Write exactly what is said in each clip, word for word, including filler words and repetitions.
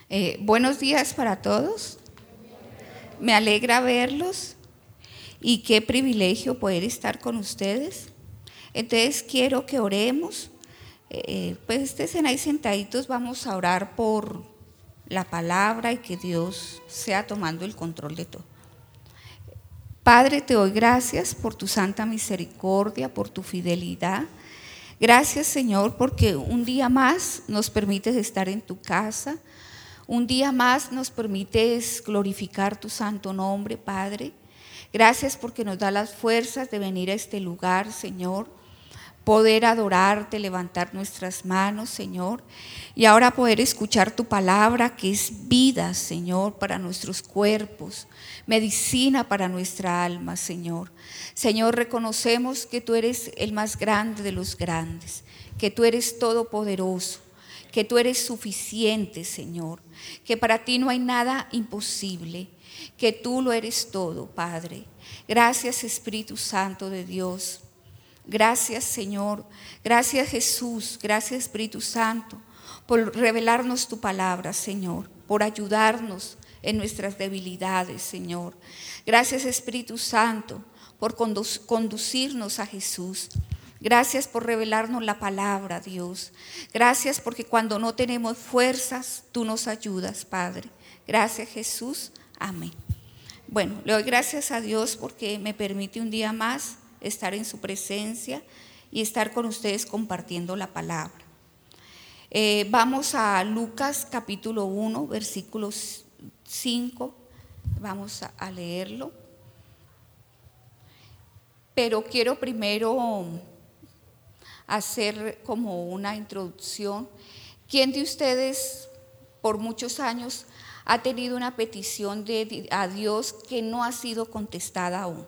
Eh, buenos días para todos. Me alegra verlos y qué privilegio poder estar con ustedes. Entonces quiero que oremos. Eh, pues estén ahí sentaditos, vamos a orar por la palabra y que Dios sea tomando el control de todo. Padre, te doy gracias por tu santa misericordia, por tu fidelidad. Gracias, Señor, porque un día más nos permites estar en tu casa. Un día más nos permites glorificar tu santo nombre, Padre. Gracias porque nos da las fuerzas de venir a este lugar, Señor. Poder adorarte, levantar nuestras manos, Señor. Y ahora poder escuchar tu palabra, que es vida, Señor, para nuestros cuerpos. Medicina para nuestra alma, Señor. Señor, reconocemos que tú eres el más grande de los grandes, que tú eres todopoderoso, que tú eres suficiente, Señor, que para ti no hay nada imposible, que tú lo eres todo, Padre. Gracias, Espíritu Santo de Dios. Gracias, Señor. Gracias, Jesús. Gracias, Espíritu Santo, por revelarnos tu palabra, Señor, por ayudarnos en nuestras debilidades, Señor. Gracias, Espíritu Santo, por condu- conducirnos a Jesús. Gracias por revelarnos la palabra, Dios. Gracias porque cuando no tenemos fuerzas, tú nos ayudas, Padre. Gracias, Jesús. Amén. Bueno, le doy gracias a Dios porque me permite un día más estar en su presencia y estar con ustedes compartiendo la palabra. Eh, vamos a Lucas capítulo uno, versículo cinco. Vamos a, a leerlo. Pero quiero primero hacer como una introducción. ¿Quién de ustedes por muchos años ha tenido una petición de, a Dios que no ha sido contestada aún?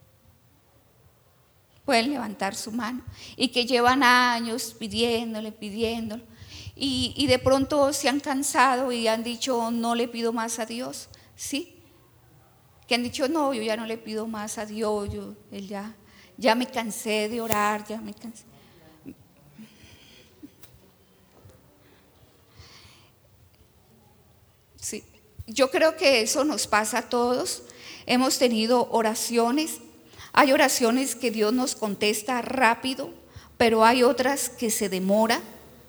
Pueden levantar su mano. Y que llevan años pidiéndole, pidiéndole. Y, y de pronto se han cansado y han dicho, no le pido más a Dios. ¿Sí? Que han dicho, no, yo ya no le pido más a Dios. Yo él ya, ya me cansé de orar, ya me cansé. Sí, yo creo que eso nos pasa a todos. Hemos tenido oraciones. Hay oraciones que Dios nos contesta rápido, pero hay otras que se demora.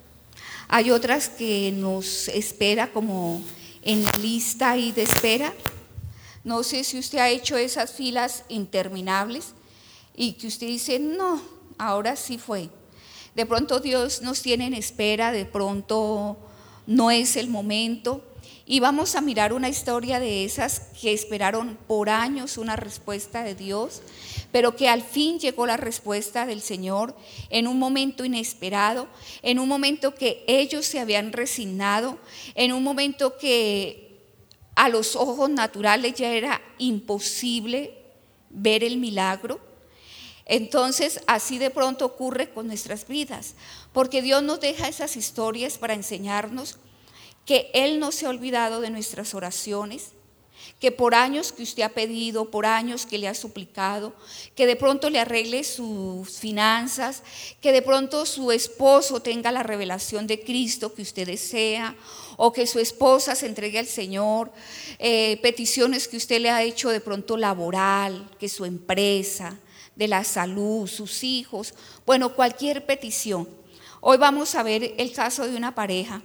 Hay otras que nos espera como en lista y de espera. No sé si usted ha hecho esas filas interminables y que usted dice, no, ahora sí fue. De pronto Dios nos tiene en espera, de pronto no es el momento. Y vamos a mirar una historia de esas que esperaron por años una respuesta de Dios, pero que al fin llegó la respuesta del Señor en un momento inesperado, en un momento que ellos se habían resignado, en un momento que a los ojos naturales ya era imposible ver el milagro. Entonces, así de pronto ocurre con nuestras vidas, porque Dios nos deja esas historias para enseñarnos que Él no se ha olvidado de nuestras oraciones, que por años que usted ha pedido, por años que le ha suplicado, que de pronto le arregle sus finanzas, que de pronto su esposo tenga la revelación de Cristo que usted desea, o que su esposa se entregue al Señor, eh, peticiones que usted le ha hecho de pronto laboral, que su empresa, de la salud, sus hijos, bueno, cualquier petición. Hoy vamos a ver el caso de una pareja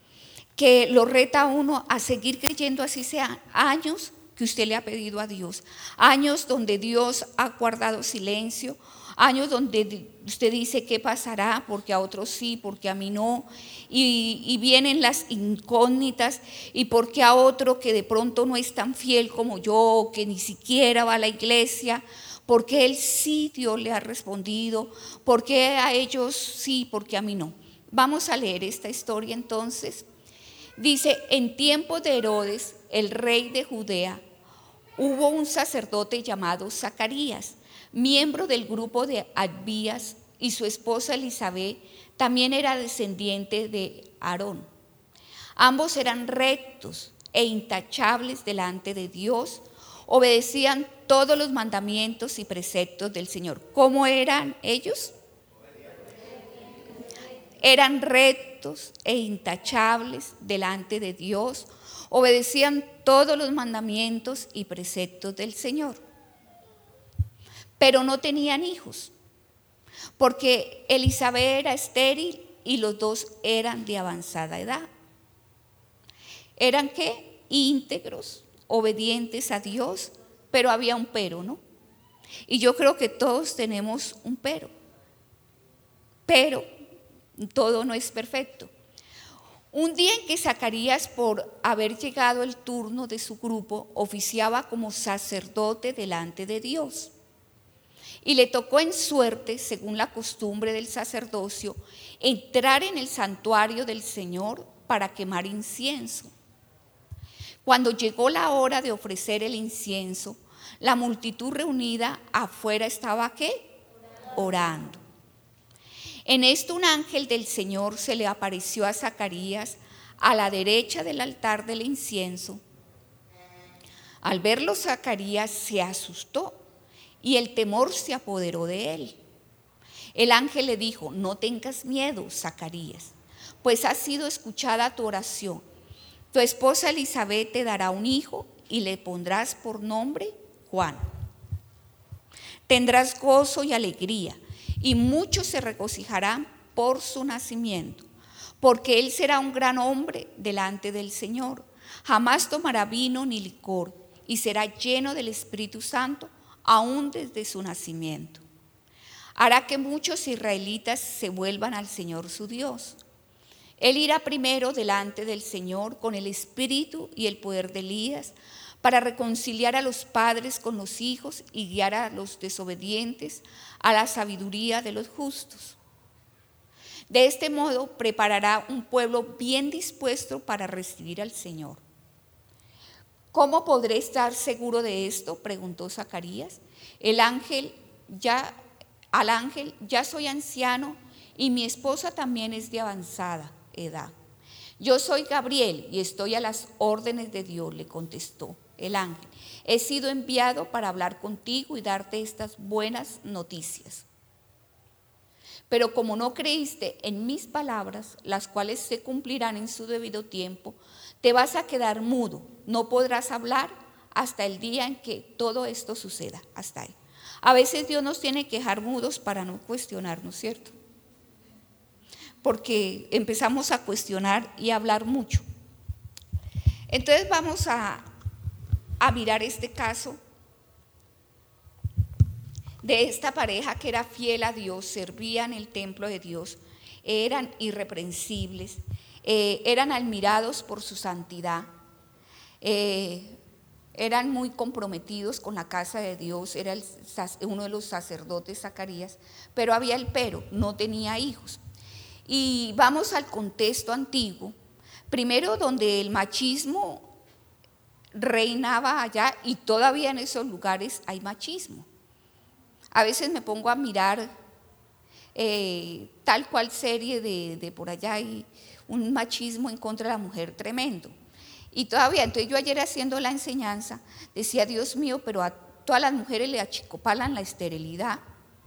que lo reta a uno a seguir creyendo, así sean años que usted le ha pedido a Dios, años donde Dios ha guardado silencio, años donde usted dice qué pasará, porque a otros sí, porque a mí no, y, y vienen las incógnitas, y porque a otro que de pronto no es tan fiel como yo, que ni siquiera va a la iglesia, porque él sí Dios le ha respondido, porque a ellos sí, porque a mí no. Vamos a leer esta historia entonces. Dice, en tiempos de Herodes, el rey de Judea, hubo un sacerdote llamado Zacarías, miembro del grupo de Abías, y su esposa Elizabeth también era descendiente de Aarón. Ambos eran rectos e intachables delante de Dios, obedecían todos los mandamientos y preceptos del Señor. ¿Cómo eran ellos? Eran rectos. perfectos e intachables delante de Dios, obedecían todos los mandamientos y preceptos del Señor. Pero no tenían hijos, porque Elisabet era estéril y los dos eran de avanzada edad. ¿Eran qué? Íntegros, obedientes a Dios, pero había un pero, ¿no? Y yo creo que todos tenemos un pero. Pero todo no es perfecto. Un día en que Zacarías, por haber llegado el turno de su grupo, oficiaba como sacerdote delante de Dios. Y le tocó en suerte, según la costumbre del sacerdocio, entrar en el santuario del Señor para quemar incienso. Cuando llegó la hora de ofrecer el incienso, la multitud reunida afuera estaba ¿qué? Orando. En esto un ángel del Señor se le apareció a Zacarías a la derecha del altar del incienso. Al verlo, Zacarías se asustó y el temor se apoderó de él. El ángel le dijo: no tengas miedo, Zacarías, pues ha sido escuchada tu oración. Tu esposa Elisabet te dará un hijo y le pondrás por nombre Juan. Tendrás gozo y alegría, y muchos se regocijarán por su nacimiento, porque él será un gran hombre delante del Señor. Jamás tomará vino ni licor, y será lleno del Espíritu Santo aún desde su nacimiento. Hará que muchos israelitas se vuelvan al Señor su Dios. Él irá primero delante del Señor con el espíritu y el poder de Elías, para reconciliar a los padres con los hijos y guiar a los desobedientes a la sabiduría de los justos. De este modo preparará un pueblo bien dispuesto para recibir al Señor. ¿Cómo podré estar seguro de esto?, preguntó Zacarías. El ángel ya, al ángel: ya soy anciano y mi esposa también es de avanzada edad. Yo soy Gabriel y estoy a las órdenes de Dios, le contestó el ángel. He sido enviado para hablar contigo y darte estas buenas noticias. Pero como no creíste en mis palabras, las cuales se cumplirán en su debido tiempo, te vas a quedar mudo, no podrás hablar hasta el día en que todo esto suceda. Hasta ahí. A veces Dios nos tiene que dejar mudos para no cuestionarnos, ¿cierto? Porque empezamos a cuestionar y a hablar mucho. Entonces vamos a, a mirar este caso de esta pareja que era fiel a Dios, servían el templo de Dios, eran irreprensibles, eh, eran admirados por su santidad, eh, eran muy comprometidos con la casa de Dios, era el, uno de los sacerdotes Zacarías, pero había el pero, no tenía hijos. Y vamos al contexto antiguo, primero donde el machismo reinaba allá, y todavía en esos lugares hay machismo. A veces me pongo a mirar eh, tal cual serie de, de por allá, hay un machismo en contra de la mujer tremendo. Y todavía, entonces yo ayer haciendo la enseñanza decía: Dios mío, pero a todas las mujeres le achicopalan la esterilidad.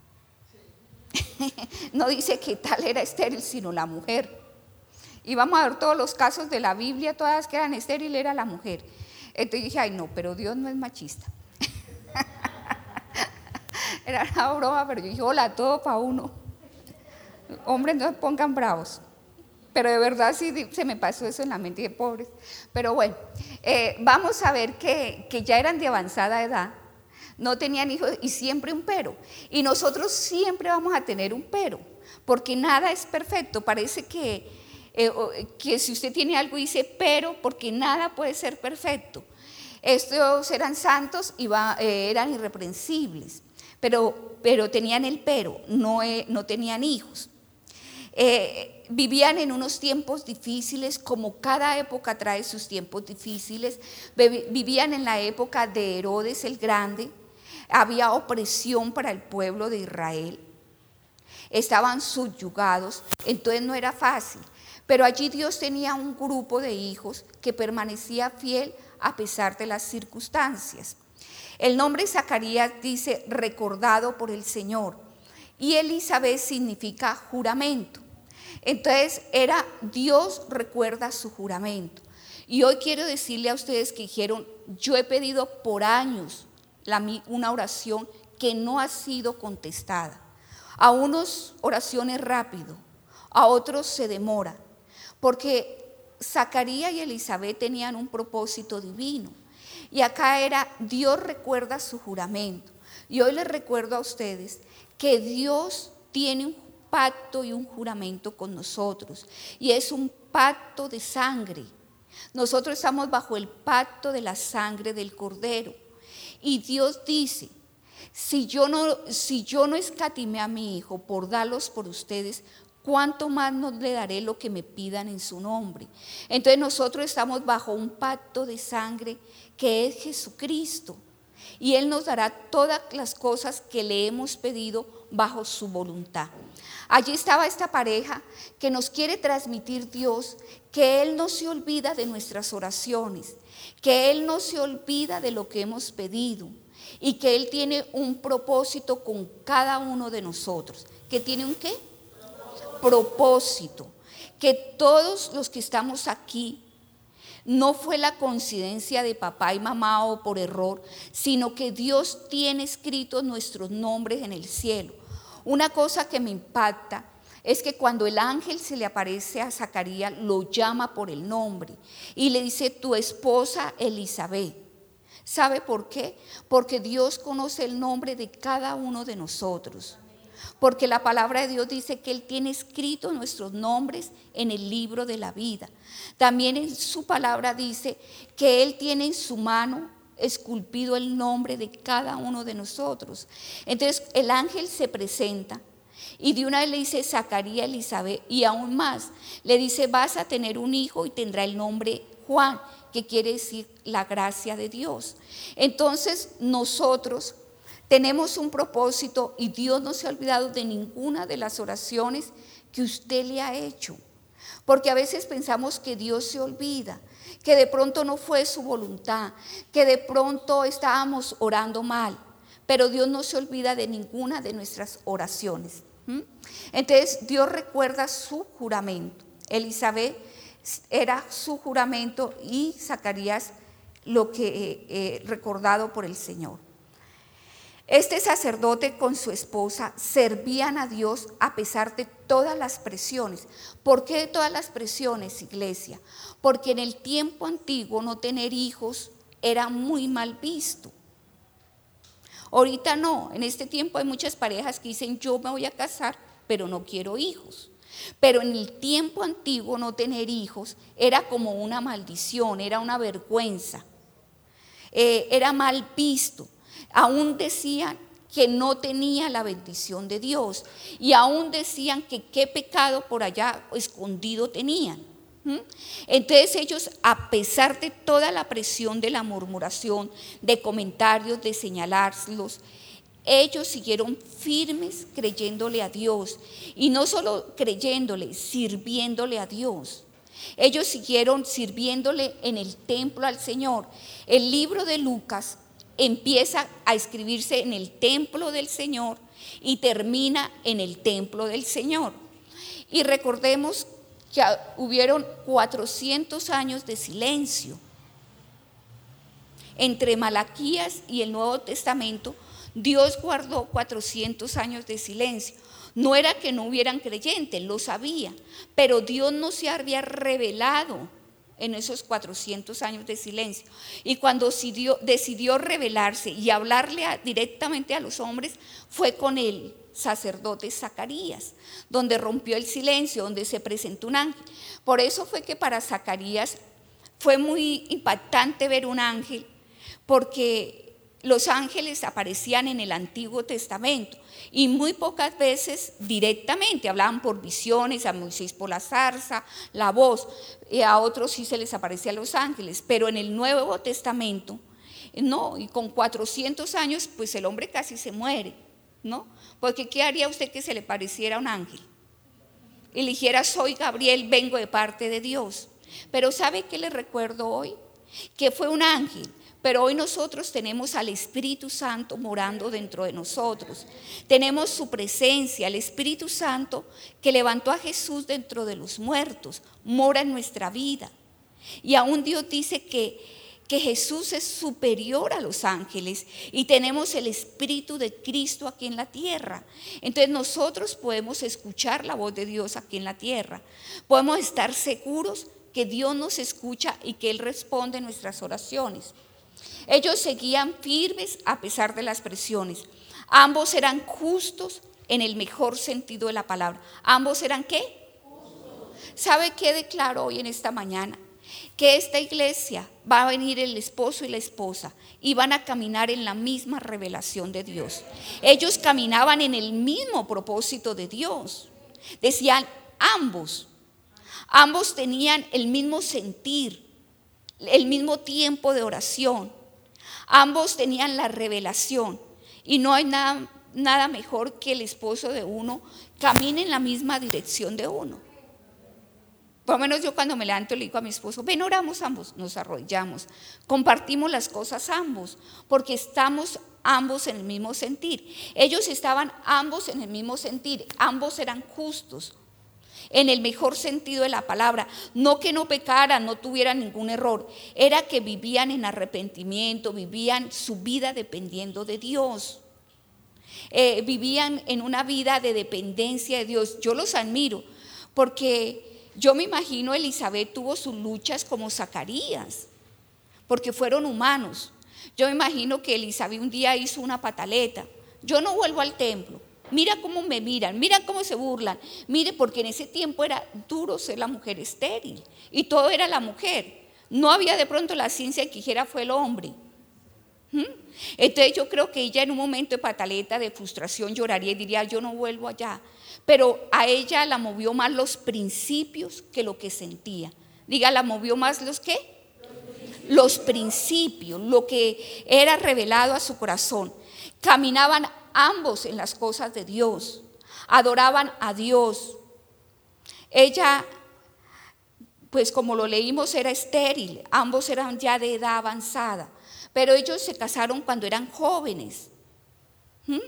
No dice que tal era estéril, sino la mujer. Y vamos a ver todos los casos de la Biblia, todas las que eran estériles era la mujer. Entonces dije: ay no, pero Dios no es machista. Era una broma, pero yo dije: hola, todo para uno. Hombres, no se pongan bravos. Pero de verdad sí se me pasó eso en la mente de pobres. Pero bueno, eh, vamos a ver que, que ya eran de avanzada edad, no tenían hijos y siempre un pero. Y nosotros siempre vamos a tener un pero, porque nada es perfecto. Parece que, eh, que si usted tiene algo dice pero, porque nada puede ser perfecto. Estos eran santos y va, eh, eran irreprensibles, pero, pero tenían el pero, no, eh, no tenían hijos. Eh, vivían en unos tiempos difíciles, como cada época trae sus tiempos difíciles. Vivían en la época de Herodes el Grande, había opresión para el pueblo de Israel, estaban subyugados, entonces no era fácil. Pero allí Dios tenía un grupo de hijos que permanecía fiel a pesar de las circunstancias. El nombre Zacarías dice recordado por el Señor, y Elisabet significa juramento. Entonces era Dios recuerda su juramento. Y hoy quiero decirle a ustedes que dijeron, yo he pedido por años la, una oración que no ha sido contestada. A unos oraciones rápido, a otros se demora, porque Zacarías y Elizabeth tenían un propósito divino. Y acá era, Dios recuerda su juramento. Y hoy les recuerdo a ustedes que Dios tiene un pacto y un juramento con nosotros. Y es un pacto de sangre. Nosotros estamos bajo el pacto de la sangre del Cordero. Y Dios dice, si yo no, si yo no escatimé a mi Hijo por darlos por ustedes, ¿cuánto más no le daré lo que me pidan en su nombre? Entonces nosotros estamos bajo un pacto de sangre que es Jesucristo. Y Él nos dará todas las cosas que le hemos pedido bajo su voluntad. Allí estaba esta pareja que nos quiere transmitir Dios que Él no se olvida de nuestras oraciones, que Él no se olvida de lo que hemos pedido y que Él tiene un propósito con cada uno de nosotros. ¿Que tiene un qué? Propósito. Que todos los que estamos aquí no fue la coincidencia de papá y mamá o por error, sino que Dios tiene escritos nuestros nombres en el cielo. Una cosa que me impacta es que cuando el ángel se le aparece a Zacarías, lo llama por el nombre y le dice, tu esposa Elizabeth. ¿Sabe por qué? Porque Dios conoce el nombre de cada uno de nosotros. Porque la palabra de Dios dice que Él tiene escritos nuestros nombres en el libro de la vida. También en su palabra dice que Él tiene en su mano esculpido el nombre de cada uno de nosotros. Entonces el ángel se presenta y de una vez le dice Zacarías a Elizabeth, y aún más le dice, vas a tener un hijo y tendrá el nombre Juan, que quiere decir la gracia de Dios. Entonces nosotros tenemos un propósito y Dios no se ha olvidado de ninguna de las oraciones que usted le ha hecho. Porque a veces pensamos que Dios se olvida, que de pronto no fue su voluntad, que de pronto estábamos orando mal. Pero Dios no se olvida de ninguna de nuestras oraciones. ¿Mm? Entonces Dios recuerda su juramento. Elizabeth era su juramento y Zacarías lo que eh, eh, recordado por el Señor. Este sacerdote con su esposa servían a Dios a pesar de todas las presiones. ¿Por qué de todas las presiones, iglesia? Porque en el tiempo antiguo no tener hijos era muy mal visto. Ahorita no, en este tiempo hay muchas parejas que dicen yo me voy a casar, pero no quiero hijos. Pero en el tiempo antiguo no tener hijos era como una maldición, era una vergüenza, eh, era mal visto. Aún decían que no tenía la bendición de Dios y aún decían que qué pecado por allá escondido tenían. ¿Mm? Entonces ellos, a pesar de toda la presión de la murmuración, de comentarios, de señalarlos, ellos siguieron firmes creyéndole a Dios y no solo creyéndole, sirviéndole a Dios. Ellos siguieron sirviéndole en el templo al Señor. El libro de Lucas empieza a escribirse en el templo del Señor y termina en el templo del Señor. Y recordemos que hubieron cuatrocientos años de silencio. Entre Malaquías y el Nuevo Testamento, Dios guardó cuatrocientos años de silencio. No era que no hubieran creyentes, lo sabía, pero Dios no se había revelado en esos cuatrocientos años de silencio. Y cuando decidió, decidió revelarse y hablarle a, directamente a los hombres, fue con el sacerdote Zacarías, donde rompió el silencio, donde se presentó un ángel. Por eso fue que para Zacarías fue muy impactante ver un ángel, porque los ángeles aparecían en el Antiguo Testamento y muy pocas veces directamente, hablaban por visiones, a Moisés por la zarza, la voz, y a otros sí se les aparecían los ángeles, pero en el Nuevo Testamento, no, y con cuatrocientos años, pues el hombre casi se muere, ¿no? Porque ¿qué haría usted que se le pareciera un ángel? Y le dijera, soy Gabriel, vengo de parte de Dios. Pero ¿sabe qué le recuerdo hoy? Que fue un ángel, pero hoy nosotros tenemos al Espíritu Santo morando dentro de nosotros. Tenemos su presencia, el Espíritu Santo que levantó a Jesús dentro de los muertos, mora en nuestra vida. Y aún Dios dice que, que Jesús es superior a los ángeles y tenemos el Espíritu de Cristo aquí en la tierra. Entonces nosotros podemos escuchar la voz de Dios aquí en la tierra. Podemos estar seguros que Dios nos escucha y que Él responde nuestras oraciones. Ellos seguían firmes a pesar de las presiones. Ambos eran justos en el mejor sentido de la palabra. ¿Ambos eran qué? Justos. ¿Sabe qué declaro hoy en esta mañana? Que esta iglesia va a venir el esposo y la esposa y van a caminar en la misma revelación de Dios. Ellos caminaban en el mismo propósito de Dios. Decían ambos. Ambos tenían el mismo sentir, el mismo tiempo de oración. Ambos tenían la revelación. Y no hay nada, nada mejor que el esposo de uno camine en la misma dirección de uno. Por lo menos yo cuando me levanto le digo a mi esposo, ven, oramos ambos, nos arrodillamos, compartimos las cosas ambos, porque estamos ambos en el mismo sentir. Ellos estaban ambos en el mismo sentir, ambos eran justos. En el mejor sentido de la palabra, no que no pecaran, no tuvieran ningún error, era que vivían en arrepentimiento, vivían su vida dependiendo de Dios, eh, vivían en una vida de dependencia de Dios. Yo los admiro porque yo me imagino Elizabeth tuvo sus luchas como Zacarías, porque fueron humanos. Yo me imagino que Elizabeth un día hizo una pataleta, yo no vuelvo al templo. Mira cómo me miran, mira cómo se burlan. Mire, porque en ese tiempo era duro ser la mujer estéril y todo era la mujer. No había de pronto la ciencia que dijera fue el hombre. ¿Mm? Entonces yo creo que ella en un momento de pataleta, de frustración, lloraría y diría yo no vuelvo allá. Pero a ella la movió más los principios que lo que sentía. Diga, la movió más los qué? Los principios, lo que era revelado a su corazón. Caminaban ambos en las cosas de Dios, adoraban a Dios. Ella, pues como lo leímos, era estéril, ambos eran ya de edad avanzada, pero ellos se casaron cuando eran jóvenes. ¿Mm?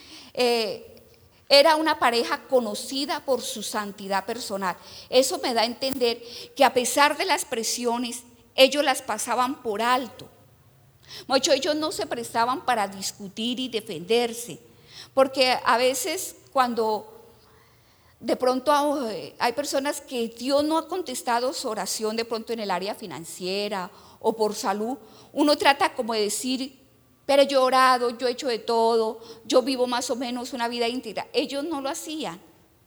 Eh, era una pareja conocida por su santidad personal. Eso me da a entender que a pesar de las presiones, ellos las pasaban por alto. Muchos ellos no se prestaban para discutir y defenderse, porque a veces cuando de pronto hay personas que Dios no ha contestado su oración de pronto en el área financiera o por salud, uno trata como de decir, pero yo he orado, yo he hecho de todo, yo vivo más o menos una vida íntegra. Ellos no lo hacían,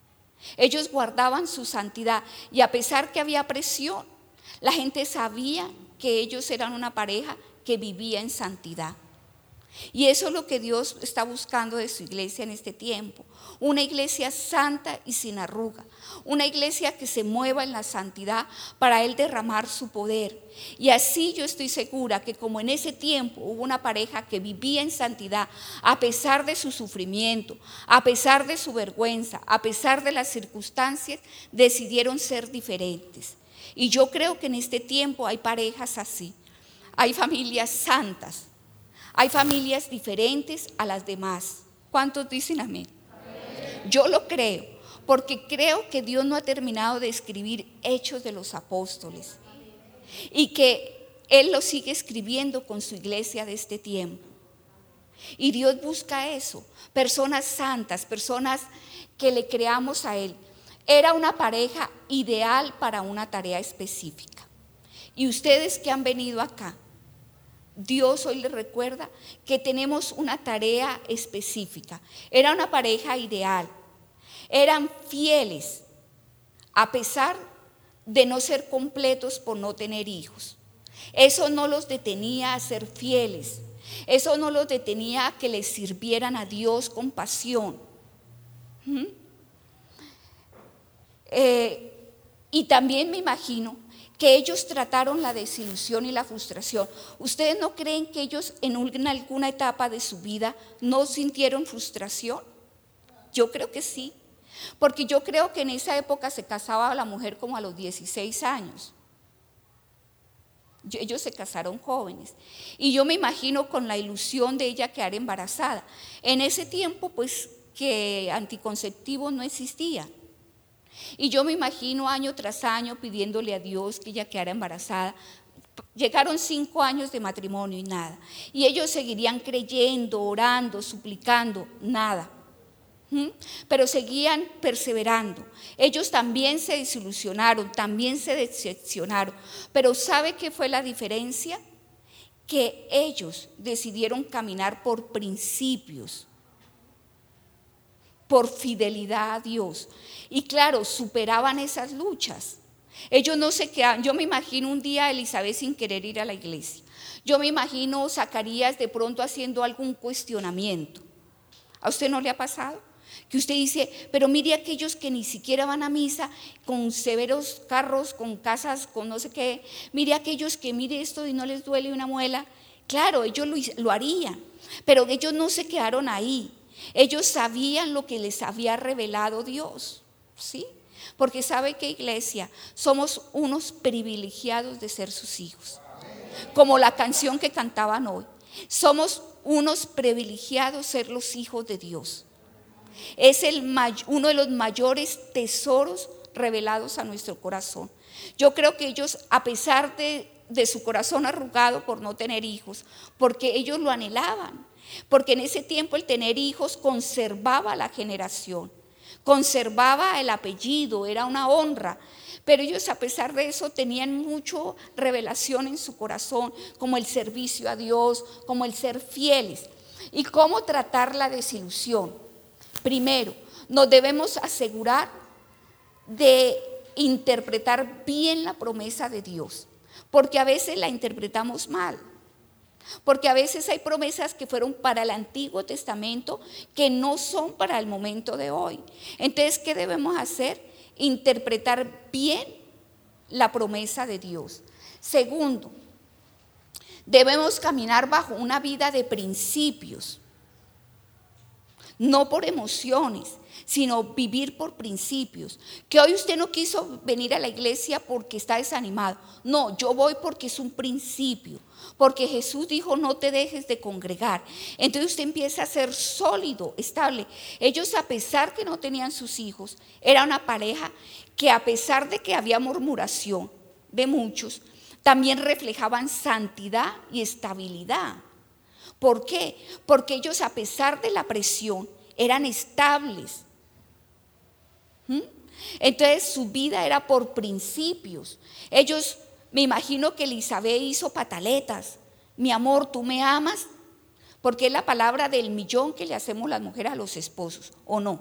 ellos guardaban su santidad y a pesar que había presión, la gente sabía que ellos eran una pareja que vivía en santidad. Y eso es lo que Dios está buscando de su iglesia en este tiempo. Una iglesia santa y sin arruga. Una iglesia que se mueva en la santidad para Él derramar su poder. Y así yo estoy segura que como en ese tiempo hubo una pareja que vivía en santidad a pesar de su sufrimiento, a pesar de su vergüenza, a pesar de las circunstancias, decidieron ser diferentes. Y yo creo que en este tiempo hay parejas así. Hay familias santas, hay familias diferentes a las demás. ¿Cuántos dicen amén? Amén. Yo lo creo, porque creo que Dios no ha terminado de escribir Hechos de los Apóstoles y que Él lo sigue escribiendo con su iglesia de este tiempo. Y Dios busca eso, personas santas, personas que le creamos a Él. Era una pareja ideal para una tarea específica. Y ustedes que han venido acá, Dios hoy les recuerda que tenemos una tarea específica. Era una pareja ideal. Eran fieles a pesar de no ser completos por no tener hijos. Eso no los detenía a ser fieles. Eso no los detenía a que les sirvieran a Dios con pasión. ¿Mm? Eh, y también me imagino que ellos trataron la desilusión y la frustración. ¿Ustedes no creen que ellos en una, alguna etapa de su vida no sintieron frustración? Yo creo que sí, porque yo creo que en esa época se casaba la mujer como a los dieciséis años. Ellos se casaron jóvenes. Y yo me imagino con la ilusión de ella quedar embarazada. En ese tiempo, pues, que anticonceptivos no existían. Y yo me imagino año tras año pidiéndole a Dios que ella quedara embarazada. Llegaron cinco años de matrimonio y nada. Y ellos seguirían creyendo, orando, suplicando, nada. ¿Mm? Pero seguían perseverando. Ellos también se desilusionaron, también se decepcionaron. Pero ¿sabe qué fue la diferencia? Que ellos decidieron caminar por principios, por fidelidad a Dios. Y claro, superaban esas luchas. Ellos no se quedaban. Yo me imagino un día a Elizabeth sin querer ir a la iglesia. Yo me imagino a Zacarías de pronto haciendo algún cuestionamiento. ¿A usted no le ha pasado? Que usted dice, pero mire aquellos que ni siquiera van a misa, con severos carros, con casas, con no sé qué. Mire aquellos que mire esto y no les duele una muela. Claro, ellos lo, lo harían, pero ellos no se quedaron ahí. Ellos sabían lo que les había revelado Dios, ¿sí? Porque ¿sabe qué, iglesia? Somos unos privilegiados de ser sus hijos. Como la canción que cantaban hoy. Somos unos privilegiados de ser los hijos de Dios. Es el, uno de los mayores tesoros revelados a nuestro corazón. Yo creo que ellos, a pesar de, de su corazón arrugado por no tener hijos, porque ellos lo anhelaban, porque en ese tiempo el tener hijos conservaba la generación, conservaba el apellido, era una honra. Pero ellos, a pesar de eso, tenían mucha revelación en su corazón, como el servicio a Dios, como el ser fieles. ¿Y cómo tratar la desilusión? Primero, nos debemos asegurar de interpretar bien la promesa de Dios, porque a veces la interpretamos mal, porque a veces hay promesas que fueron para el Antiguo Testamento que no son para el momento de hoy. Entonces, ¿qué debemos hacer? Interpretar bien la promesa de Dios. Segundo, debemos caminar bajo una vida de principios. No por emociones, sino vivir por principios. Que hoy usted no quiso venir a la iglesia porque está desanimado. No, yo voy porque es un principio. Porque Jesús dijo, no te dejes de congregar. Entonces usted empieza a ser sólido, estable. Ellos, a pesar que no tenían sus hijos, era una pareja que, a pesar de que había murmuración de muchos, también reflejaban santidad y estabilidad. ¿Por qué? Porque ellos, a pesar de la presión, eran estables. ¿Mm? Entonces su vida era por principios. Ellos, me imagino que Elizabeth hizo pataletas. Mi amor, ¿tú me amas? Porque es la palabra del millón que le hacemos las mujeres a los esposos, ¿o no?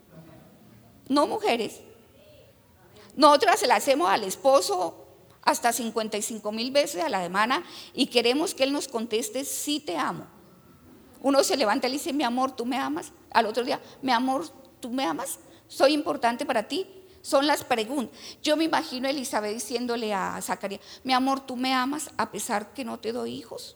No, mujeres. Nosotras se la hacemos al esposo hasta cincuenta y cinco mil veces a la semana y queremos que él nos conteste, sí te amo. Uno se levanta y le dice, mi amor, ¿tú me amas? Al otro día, mi amor, ¿tú me amas? ¿Soy importante para ti? Son las preguntas. Yo me imagino a Elizabeth diciéndole a Zacarías, mi amor, ¿tú me amas a pesar que no te doy hijos?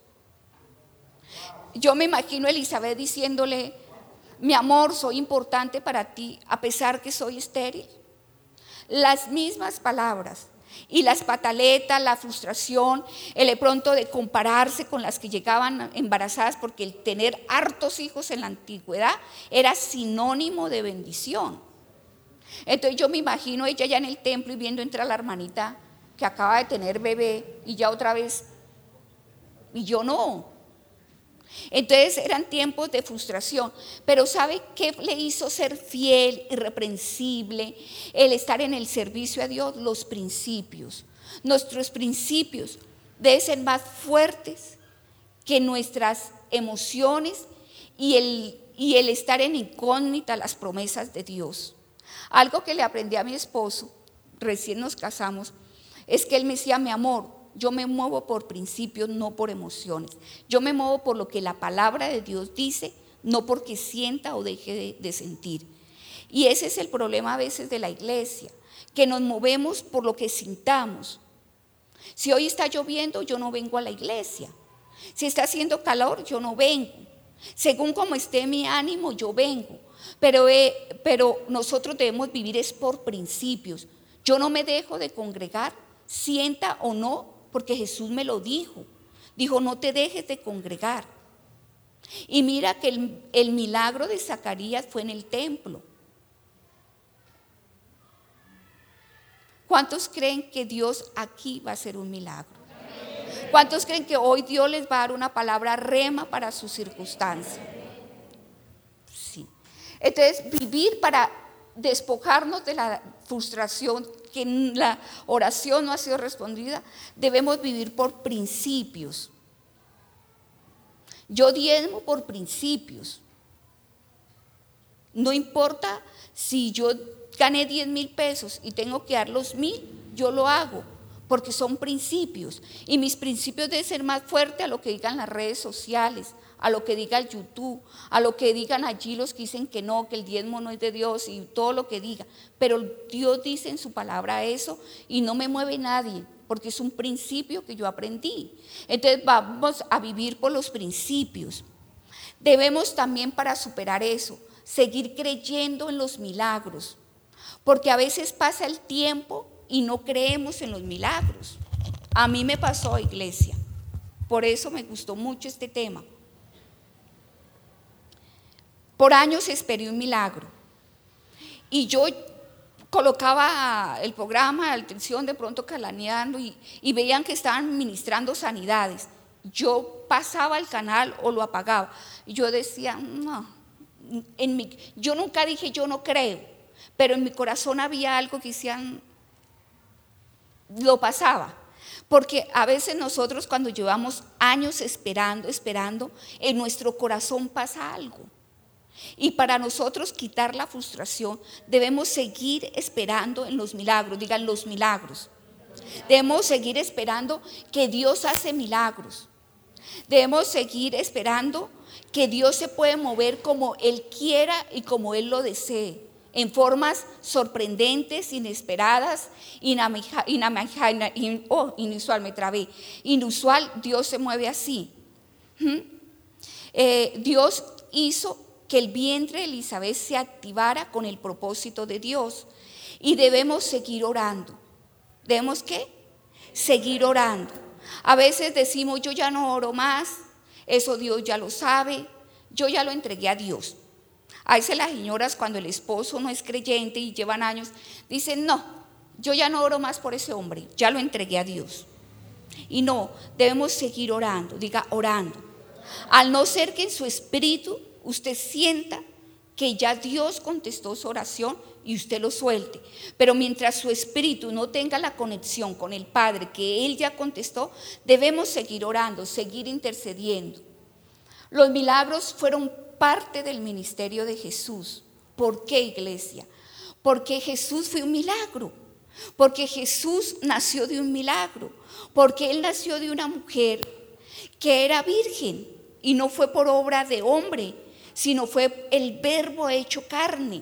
Yo me imagino a Elizabeth diciéndole, mi amor, soy importante para ti a pesar que soy estéril. Las mismas palabras. Y las pataletas, la frustración, el de pronto de compararse con las que llegaban embarazadas, porque el tener hartos hijos en la antigüedad era sinónimo de bendición. Entonces yo me imagino ella ya en el templo y viendo entrar la hermanita que acaba de tener bebé y ya otra vez, y yo no. Entonces eran tiempos de frustración, pero ¿sabe qué le hizo ser fiel, irreprensible? El estar en el servicio a Dios, los principios. Nuestros principios deben ser más fuertes que nuestras emociones y el, y el estar en incógnita las promesas de Dios. Algo que le aprendí a mi esposo, recién nos casamos, es que él me decía, mi amor, yo me muevo por principios, no por emociones. Yo me muevo por lo que la palabra de Dios dice, no porque sienta o deje de, de sentir. Y ese es el problema a veces de la iglesia, que nos movemos por lo que sintamos. Si hoy está lloviendo, yo no vengo a la iglesia. Si está haciendo calor, yo no vengo. Según como esté mi ánimo, yo vengo. Pero, eh, pero nosotros debemos vivir es por principios. Yo no me dejo de congregar, sienta o no, porque Jesús me lo dijo. Dijo, no te dejes de congregar. Y mira que el, el milagro de Zacarías fue en el templo. ¿Cuántos creen que Dios aquí va a hacer un milagro? ¿Cuántos creen que hoy Dios les va a dar una palabra rema para su circunstancia? Sí. Entonces, vivir para despojarnos de la frustración, que la oración no ha sido respondida, debemos vivir por principios. Yo diezmo por principios. No importa si yo gané diez mil pesos y tengo que dar los mil, yo lo hago, porque son principios. Y mis principios deben ser más fuertes a lo que digan las redes sociales, a lo que diga el YouTube, a lo que digan allí los que dicen que no, que el diezmo no es de Dios y todo lo que diga. Pero Dios dice en su palabra eso y no me mueve nadie, porque es un principio que yo aprendí. Entonces vamos a vivir por los principios. Debemos también, para superar eso, seguir creyendo en los milagros, porque a veces pasa el tiempo y no creemos en los milagros. A mí me pasó, iglesia, por eso me gustó mucho este tema. Por años esperé un milagro y yo colocaba el programa, la televisión, de pronto calaneando y, y veían que estaban ministrando sanidades. Yo pasaba el canal o lo apagaba y yo decía, no, en mi, yo nunca dije yo no creo, pero en mi corazón había algo que decían, lo pasaba. Porque a veces nosotros, cuando llevamos años esperando, esperando, en nuestro corazón pasa algo. Y para nosotros quitar la frustración, debemos seguir esperando en los milagros. Digan, los milagros. Debemos seguir esperando que Dios hace milagros. Debemos seguir esperando que Dios se puede mover como Él quiera y como Él lo desee, en formas sorprendentes, inesperadas, inamija, inamija, in, oh, inusual, me trabé. Inusual, Dios se mueve así. ¿Mm? Eh, Dios hizo que el vientre de Elizabeth se activara con el propósito de Dios. Y debemos seguir orando. ¿Debemos qué? Seguir orando. A veces decimos, yo ya no oro más, eso Dios ya lo sabe, yo ya lo entregué a Dios. A veces las señoras, cuando el esposo no es creyente y llevan años, dicen, no, yo ya no oro más por ese hombre, ya lo entregué a Dios. Y no, debemos seguir orando, diga orando. Al no ser que en su espíritu usted sienta que ya Dios contestó su oración y usted lo suelte. Pero mientras su espíritu no tenga la conexión con el Padre que Él ya contestó, debemos seguir orando, seguir intercediendo. Los milagros fueron parte del ministerio de Jesús. ¿Por qué, iglesia? Porque Jesús fue un milagro. Porque Jesús nació de un milagro. Porque Él nació de una mujer que era virgen y no fue por obra de hombre, sino fue el Verbo hecho carne.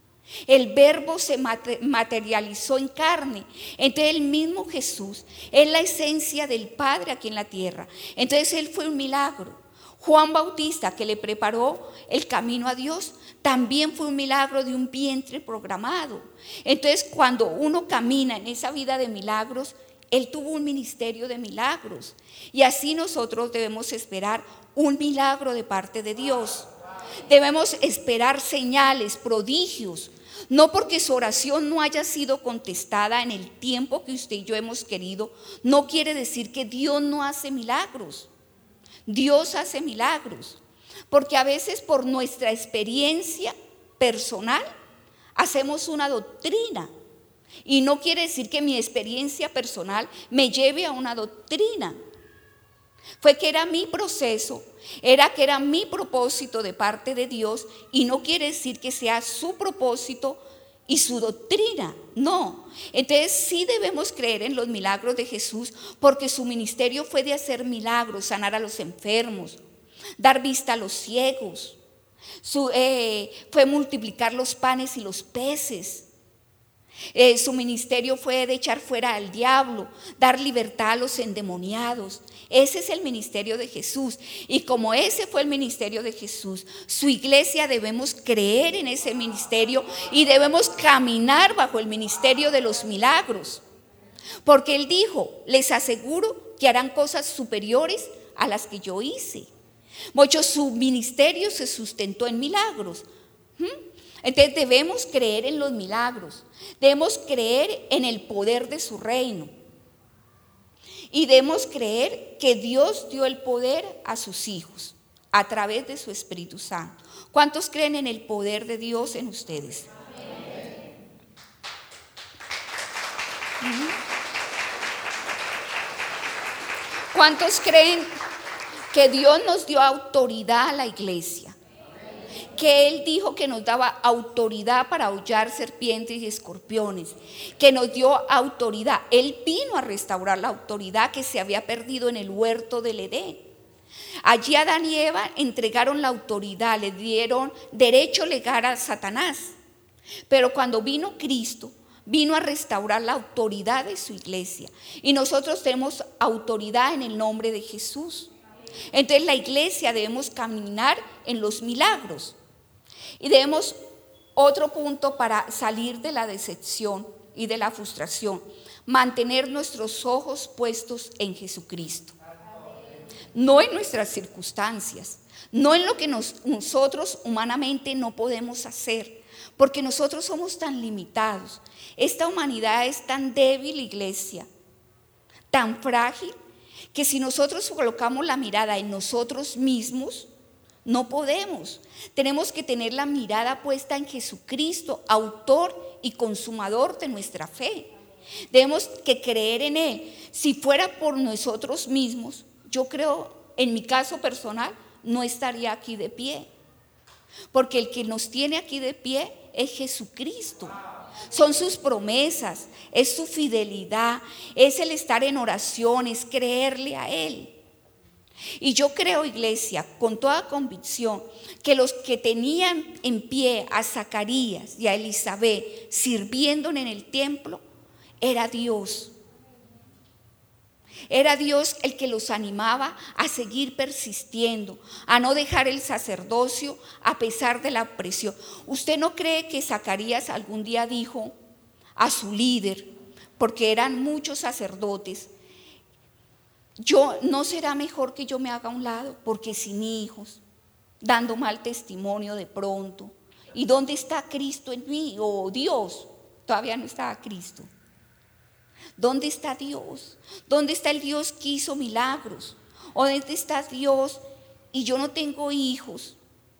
El Verbo se materializó en carne. Entonces el mismo Jesús es la esencia del Padre aquí en la tierra. Entonces Él fue un milagro. Juan Bautista, que le preparó el camino a Dios, también fue un milagro de un vientre programado. Entonces cuando uno camina en esa vida de milagros, Él tuvo un ministerio de milagros. Y así nosotros debemos esperar un milagro de parte de Dios. Debemos esperar señales, prodigios, no porque su oración no haya sido contestada en el tiempo que usted y yo hemos querido, no quiere decir que Dios no hace milagros. Dios hace milagros, porque a veces por nuestra experiencia personal hacemos una doctrina, y no quiere decir que mi experiencia personal me lleve a una doctrina. Fue que era mi proceso, era que era mi propósito de parte de Dios, y no quiere decir que sea su propósito y su doctrina, no. Entonces sí debemos creer en los milagros de Jesús, porque su ministerio fue de hacer milagros, sanar a los enfermos, dar vista a los ciegos, su, eh, fue multiplicar los panes y los peces. Eh, su ministerio fue de echar fuera al diablo, dar libertad a los endemoniados. Ese es el ministerio de Jesús. Y como ese fue el ministerio de Jesús, su iglesia debemos creer en ese ministerio y debemos caminar bajo el ministerio de los milagros. Porque Él dijo, les aseguro que harán cosas superiores a las que yo hice. Mucho su ministerio se sustentó en milagros. ¿Mm? Entonces debemos creer en los milagros, debemos creer en el poder de su reino y debemos creer que Dios dio el poder a sus hijos a través de su Espíritu Santo. ¿Cuántos creen en el poder de Dios en ustedes? ¿Mm? ¿Cuántos creen que Dios nos dio autoridad a la iglesia? Que Él dijo que nos daba autoridad para aullar serpientes y escorpiones, que nos dio autoridad. Él vino a restaurar la autoridad que se había perdido en el huerto del Edén. Allí Adán y Eva entregaron la autoridad, le dieron derecho legal a Satanás. Pero cuando vino Cristo, vino a restaurar la autoridad de su iglesia. Y nosotros tenemos autoridad en el nombre de Jesús. Entonces la iglesia debemos caminar en los milagros. Y debemos, otro punto para salir de la decepción y de la frustración, mantener nuestros ojos puestos en Jesucristo. No en nuestras circunstancias, no en lo que nos, nosotros humanamente no podemos hacer, porque nosotros somos tan limitados. Esta humanidad es tan débil, iglesia, tan frágil, que si nosotros colocamos la mirada en nosotros mismos, no podemos. Tenemos que tener la mirada puesta en Jesucristo, autor y consumador de nuestra fe. Debemos que creer en Él. Si fuera por nosotros mismos, yo creo, en mi caso personal, no estaría aquí de pie. Porque el que nos tiene aquí de pie es Jesucristo. Son sus promesas, es su fidelidad, es el estar en oración, es creerle a Él. Y yo creo, iglesia, con toda convicción, que los que tenían en pie a Zacarías y a Elizabeth sirviendo en el templo, era Dios. Era Dios el que los animaba a seguir persistiendo, a no dejar el sacerdocio a pesar de la opresión. ¿Usted no cree que Zacarías algún día dijo a su líder, porque eran muchos sacerdotes, yo no será mejor que yo me haga a un lado, porque sin hijos, dando mal testimonio de pronto? ¿Y dónde está Cristo en mí? O Dios, todavía no estaba Cristo. ¿Dónde está Dios? ¿Dónde está el Dios que hizo milagros? ¿O dónde está Dios y yo no tengo hijos?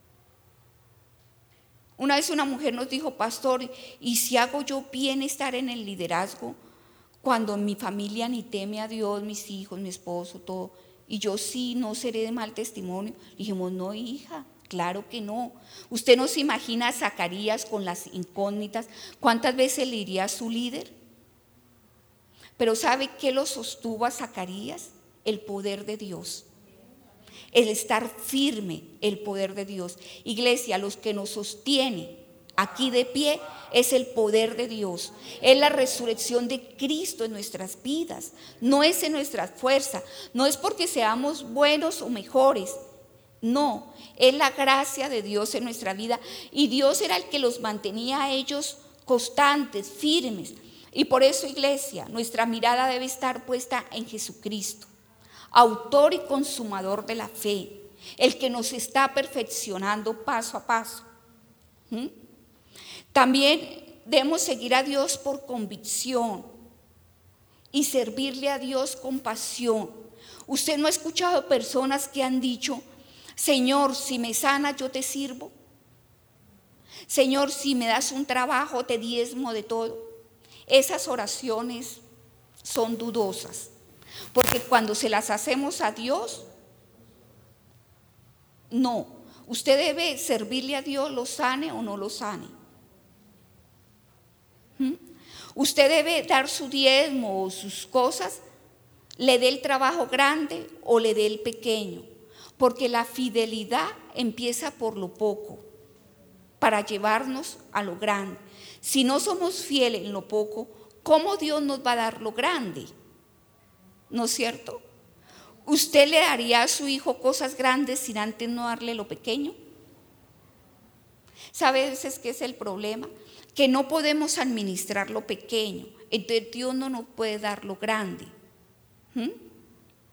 Una vez una mujer nos dijo, pastor, ¿y si hago yo bien estar en el liderazgo cuando mi familia ni teme a Dios, mis hijos, mi esposo, todo? Y yo sí, no seré de mal testimonio. Dijimos, no, hija, claro que no. Usted no se imagina a Zacarías con las incógnitas. ¿Cuántas veces le iría a su líder? Pero ¿sabe qué lo sostuvo a Zacarías? El poder de Dios. El estar firme, el poder de Dios. Iglesia, los que nos sostiene aquí de pie es el poder de Dios. Es la resurrección de Cristo en nuestras vidas. No es en nuestra fuerza. No es porque seamos buenos o mejores. No, es la gracia de Dios en nuestra vida. Y Dios era el que los mantenía a ellos constantes, firmes. Y por eso, iglesia, nuestra mirada debe estar puesta en Jesucristo, autor y consumador de la fe, el que nos está perfeccionando paso a paso. ¿Mm? También debemos seguir a Dios por convicción y servirle a Dios con pasión. Usted no ha escuchado personas que han dicho, Señor, si me sanas yo te sirvo. Señor, si me das un trabajo te diezmo de todo. Esas oraciones son dudosas, porque cuando se las hacemos a Dios, no, usted debe servirle a Dios, lo sane o no lo sane. ¿Mm? Usted debe dar su diezmo o sus cosas, le dé el trabajo grande o le dé el pequeño, porque la fidelidad empieza por lo poco, para llevarnos a lo grande. Si no somos fieles en lo poco, ¿cómo Dios nos va a dar lo grande? ¿No es cierto? ¿Usted le daría a su hijo cosas grandes sin antes no darle lo pequeño? ¿Sabe a veces qué es el problema? Que no podemos administrar lo pequeño, entonces Dios no nos puede dar lo grande. ¿Mm?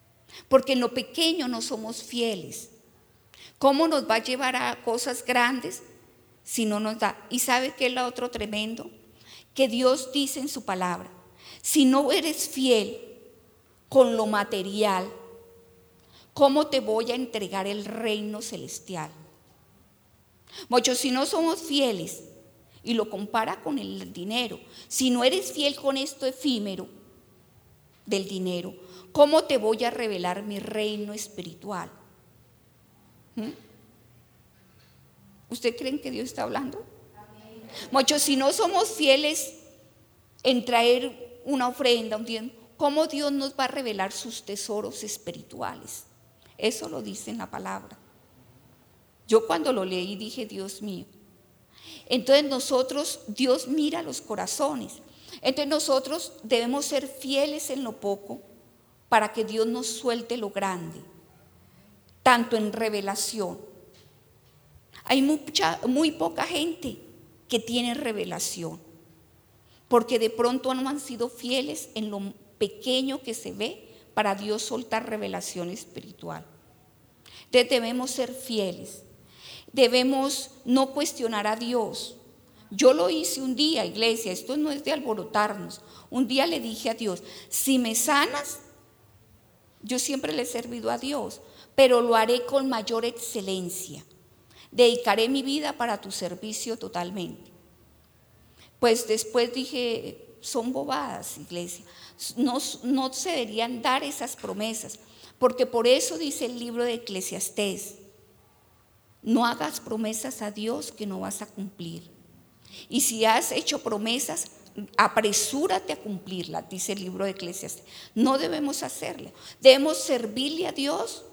porque en lo pequeño no somos fieles. ¿Cómo nos va a llevar a cosas grandes si no nos da? ¿Y sabe qué es lo otro tremendo? Que Dios dice en su palabra, si no eres fiel con lo material, ¿cómo te voy a entregar el reino celestial? Muchos, si no somos fieles, y lo compara con el dinero, si no eres fiel con esto efímero del dinero, ¿cómo te voy a revelar mi reino espiritual? ¿Mm? ¿Usted creen que Dios está hablando? Muchos, si no somos fieles en traer una ofrenda, un diezmo, ¿cómo Dios nos va a revelar sus tesoros espirituales? Eso lo dice en la palabra. Yo cuando lo leí dije, Dios mío. Entonces nosotros, Dios mira los corazones. Entonces nosotros debemos ser fieles en lo poco para que Dios nos suelte lo grande, tanto en revelación. Hay mucha, muy poca gente que tiene revelación, porque de pronto no han sido fieles en lo pequeño que se ve para Dios soltar revelación espiritual. Entonces debemos ser fieles. Debemos no cuestionar a Dios. Yo lo hice un día, iglesia, esto no es de alborotarnos. Un día le dije a Dios, si me sanas, yo siempre le he servido a Dios, pero lo haré con mayor excelencia. Dedicaré mi vida para tu servicio totalmente. Pues después dije, son bobadas, iglesia. No, no se deberían dar esas promesas, porque por eso dice el libro de Eclesiastés, no hagas promesas a Dios que no vas a cumplir. Y si has hecho promesas, apresúrate a cumplirlas, dice el libro de Eclesiastés. No debemos hacerlo. Debemos servirle a Dios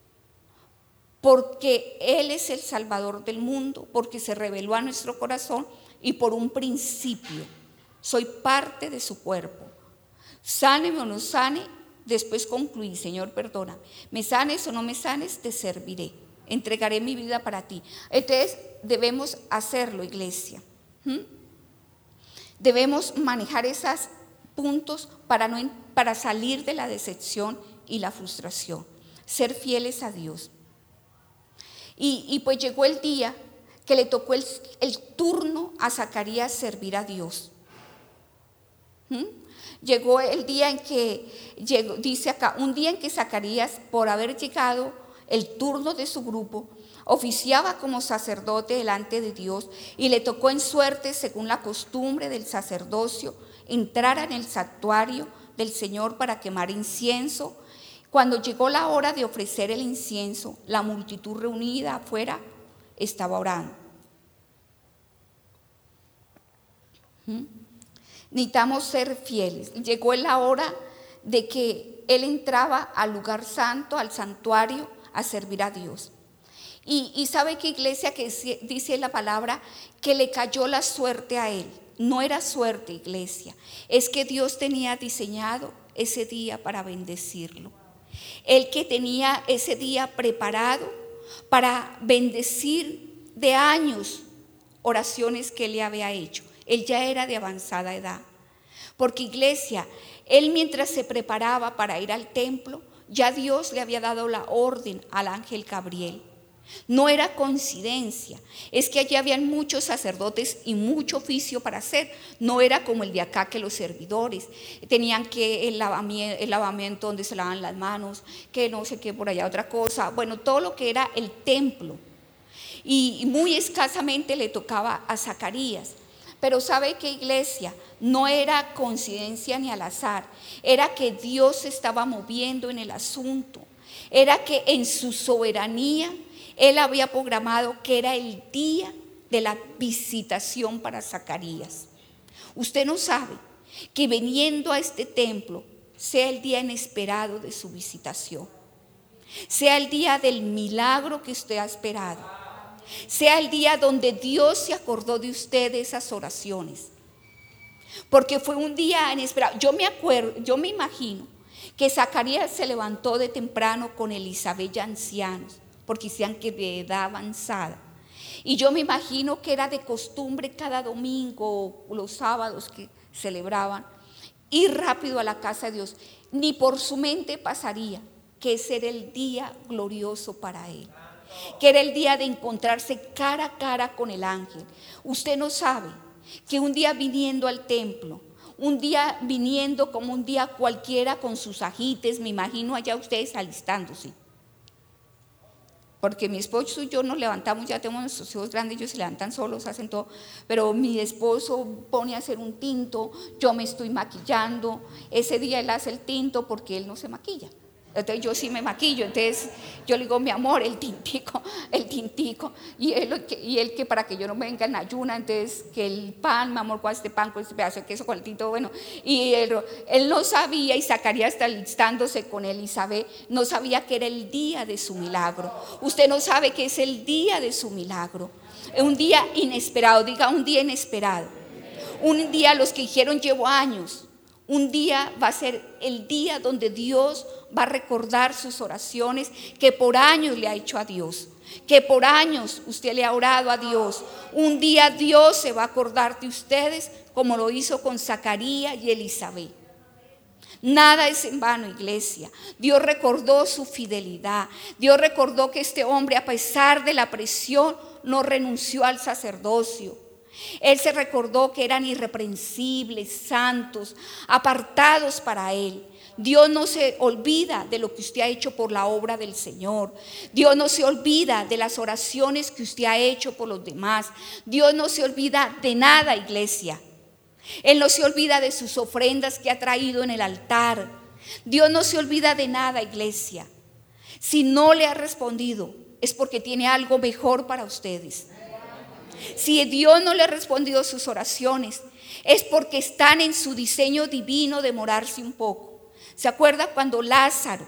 porque Él es el Salvador del mundo, porque se reveló a nuestro corazón y por un principio. Soy parte de su cuerpo. Sáneme o no sane, después concluí, Señor, perdóname. Me sanes o no me sanes, te serviré. Entregaré mi vida para ti. Entonces debemos hacerlo, iglesia. ¿Mm? Debemos manejar esos puntos para, no, para salir de la decepción y la frustración. Ser fieles a Dios. Y, y pues llegó el día que le tocó el, el turno a Zacarías servir a Dios. ¿Mm? Llegó el día en que, llegó, dice acá, un día en que Zacarías, por haber llegado el turno de su grupo, oficiaba como sacerdote delante de Dios y le tocó en suerte, según la costumbre del sacerdocio, entrar en el santuario del Señor para quemar incienso. Cuando llegó la hora de ofrecer el incienso, la multitud reunida afuera estaba orando. ¿Mm? Necesitamos ser fieles. Llegó la hora de que él entraba al lugar santo, al santuario, a servir a Dios. Y, y sabe que iglesia, que dice la palabra que le cayó la suerte a él. No era suerte, iglesia, es que Dios tenía diseñado ese día para bendecirlo. Él que tenía ese día preparado para bendecir de años oraciones que él le había hecho. Él ya era de avanzada edad. Porque iglesia, él mientras se preparaba para ir al templo, ya Dios le había dado la orden al ángel Gabriel. No era coincidencia, es que allí habían muchos sacerdotes y mucho oficio para hacer. No era como el de acá, que los servidores tenían que el lavamiento, el lavamiento donde se lavan las manos, que no sé qué por allá otra cosa. Bueno, todo lo que era el templo. Y muy escasamente le tocaba a Zacarías. Pero ¿sabe qué, iglesia? No era coincidencia ni al azar. Era que Dios se estaba moviendo en el asunto. Era que en su soberanía Él había programado que era el día de la visitación para Zacarías. Usted no sabe que viniendo a este templo sea el día inesperado de su visitación. Sea el día del milagro que usted ha esperado. Sea el día donde Dios se acordó de usted de esas oraciones. Porque fue un día inesperado. Yo me acuerdo, yo me imagino que Zacarías se levantó de temprano con Elizabeth ya ancianos, porque decían que de edad avanzada. Y yo me imagino que era de costumbre cada domingo o los sábados que celebraban, ir rápido a la casa de Dios. Ni por su mente pasaría que ese era el día glorioso para él, que era el día de encontrarse cara a cara con el ángel. Usted no sabe que un día viniendo al templo, un día viniendo como un día cualquiera con sus ajites, me imagino allá ustedes alistándose. Porque mi esposo y yo nos levantamos, ya tenemos nuestros hijos grandes, ellos se levantan solos, hacen todo. Pero mi esposo pone a hacer un tinto, yo me estoy maquillando. Ese día él hace el tinto porque él no se maquilla. Entonces yo sí me maquillo, entonces yo le digo, mi amor, el tintico, el tintico, y él, y él que para que yo no me venga en ayuna, entonces que el pan, mi amor, con este pan, con este pedazo de queso, con el tinto, bueno, y él, él no sabía, y Zacarías está listándose con Elizabeth, no sabía que era el día de su milagro. Usted no sabe que es el día de su milagro, un día inesperado, diga un día inesperado, un día los que dijeron llevo años. Un día va a ser el día donde Dios va a recordar sus oraciones que por años le ha hecho a Dios, que por años usted le ha orado a Dios. Un día Dios se va a acordar de ustedes como lo hizo con Zacarías y Elizabeth. Nada es en vano, iglesia. Dios recordó su fidelidad. Dios recordó que este hombre, a pesar de la presión, no renunció al sacerdocio. Él se recordó que eran irreprensibles, santos, apartados para Él. Dios no se olvida de lo que usted ha hecho por la obra del Señor. Dios no se olvida de las oraciones que usted ha hecho por los demás. Dios no se olvida de nada, iglesia. Él no se olvida de sus ofrendas que ha traído en el altar. Dios no se olvida de nada, iglesia. Si no le ha respondido, es porque tiene algo mejor para ustedes. Si Dios no le ha respondido sus oraciones, es porque están en su diseño divino de morarse un poco. ¿Se acuerda cuando Lázaro,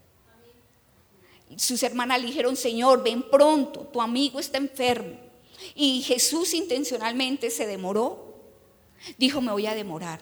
sus hermanas le dijeron, Señor, ven pronto, tu amigo está enfermo? Y Jesús intencionalmente se demoró. Dijo, me voy a demorar.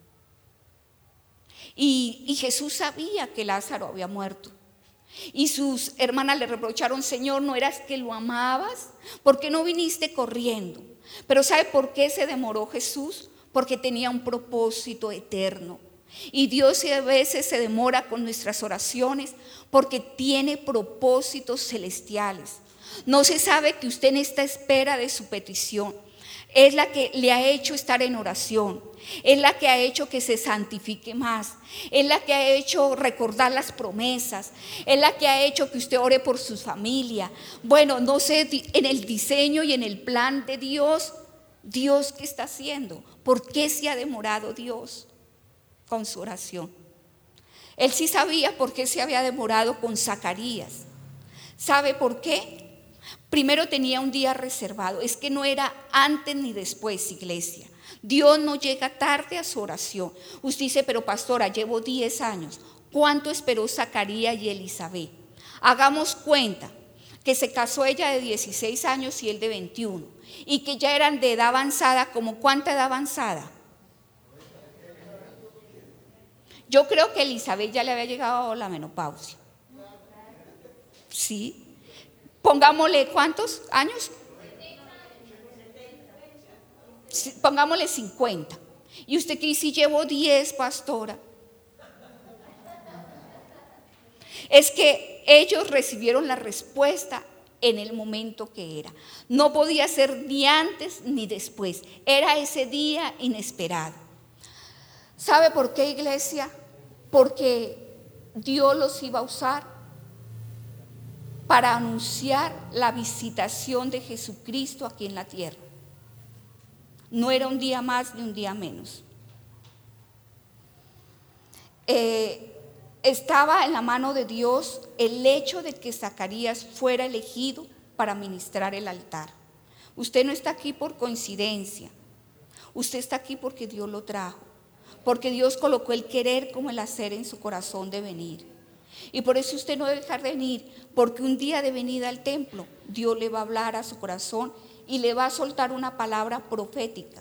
Y, y Jesús sabía que Lázaro había muerto. Y sus hermanas le reprocharon, Señor, ¿no eras que lo amabas? ¿Por qué no viniste corriendo? Pero ¿sabe por qué se demoró Jesús? Porque tenía un propósito eterno. Y Dios a veces se demora con nuestras oraciones porque tiene propósitos celestiales. No se sabe que usted en esta espera de su petición es la que le ha hecho estar en oración, es la que ha hecho que se santifique más, es la que ha hecho recordar las promesas, es la que ha hecho que usted ore por su familia. Bueno, no sé, en el diseño y en el plan de Dios, Dios, ¿qué está haciendo? ¿Por qué se ha demorado Dios con su oración? Él sí sabía por qué se había demorado con Zacarías. ¿Sabe por qué? Primero tenía un día reservado. Es que no era antes ni después, iglesia. Dios no llega tarde a su oración. Usted dice, pero pastora, llevo diez años. ¿Cuánto esperó Zacarías y Elizabeth? Hagamos cuenta que se casó ella de dieciséis años y él de veintiuno. Y que ya eran de edad avanzada. ¿Como cuánta edad avanzada? Yo creo que Elizabeth ya le había llegado a la menopausia. ¿Sí? Pongámosle, ¿cuántos años? Pongámosle cincuenta. Y usted que dice, llevo diez, pastora. Es que ellos recibieron la respuesta en el momento que era. No podía ser ni antes ni después. Era ese día inesperado. ¿Sabe por qué, iglesia? Porque Dios los iba a usar para anunciar la visitación de Jesucristo aquí en la tierra. No era un día más ni un día menos. Eh, estaba en la mano de Dios el hecho de que Zacarías fuera elegido para ministrar el altar. Usted no está aquí por coincidencia. Usted está aquí porque Dios lo trajo. Porque Dios colocó el querer como el hacer en su corazón de venir. Y por eso usted no debe dejar de venir, porque un día de venida al templo, Dios le va a hablar a su corazón y le va a soltar una palabra profética.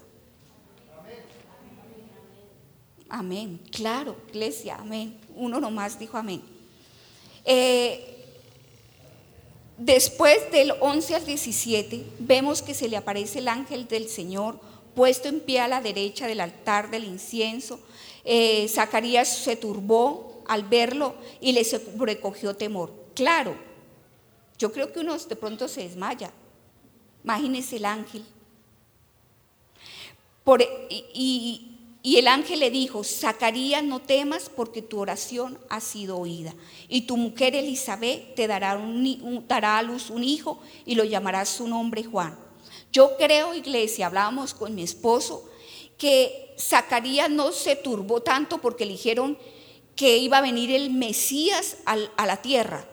Amén. Claro, iglesia, amén. Uno nomás dijo amén. Eh, después del once al diecisiete, vemos que se le aparece el ángel del Señor puesto en pie a la derecha del altar del incienso. Eh, Zacarías se turbó al verlo y le sobrecogió temor. Claro, yo creo que uno de pronto se desmaya. Imagínese el ángel. Por, y, y, y el ángel le dijo: Zacarías, no temas, porque tu oración ha sido oída. Y tu mujer Elizabeth te dará, un, un, dará a luz un hijo y lo llamarás su nombre Juan. Yo creo, iglesia, hablábamos con mi esposo, que Zacarías no se turbó tanto porque le dijeron que iba a venir el Mesías al, a la tierra.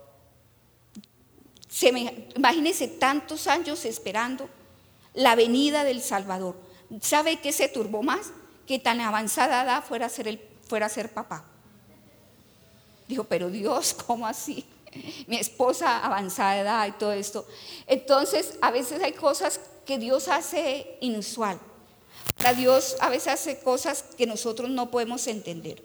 Se me, imagínense tantos años esperando la venida del Salvador. ¿Sabe qué se turbó más? Que tan avanzada edad fuera a ser, el, fuera a ser papá. Dijo, pero Dios, ¿cómo así? Mi esposa avanzada edad y todo esto. Entonces, a veces hay cosas que Dios hace inusual. Para Dios a veces hace cosas que nosotros no podemos entender.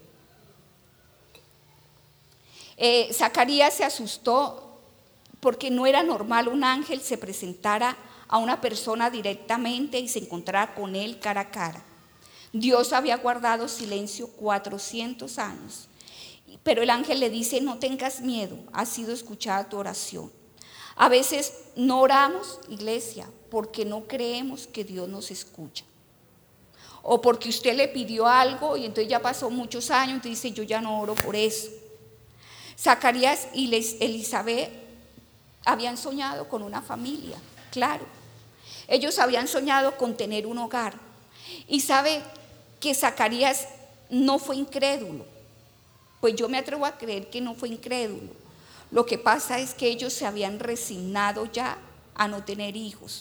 Eh, Zacarías se asustó porque no era normal un ángel se presentara a una persona directamente y se encontrara con él cara a cara. Dios había guardado silencio cuatrocientos años, pero el ángel le dice: no tengas miedo, ha sido escuchada tu oración. A veces no oramos, iglesia, porque no creemos que Dios nos escucha. O porque usted le pidió algo y entonces ya pasó muchos años y dice: yo ya no oro por eso. Zacarías y Elizabeth habían soñado con una familia, claro. Ellos habían soñado con tener un hogar. Y sabe que Zacarías no fue incrédulo. Pues yo me atrevo a creer que no fue incrédulo. Lo que pasa es que ellos se habían resignado ya a no tener hijos.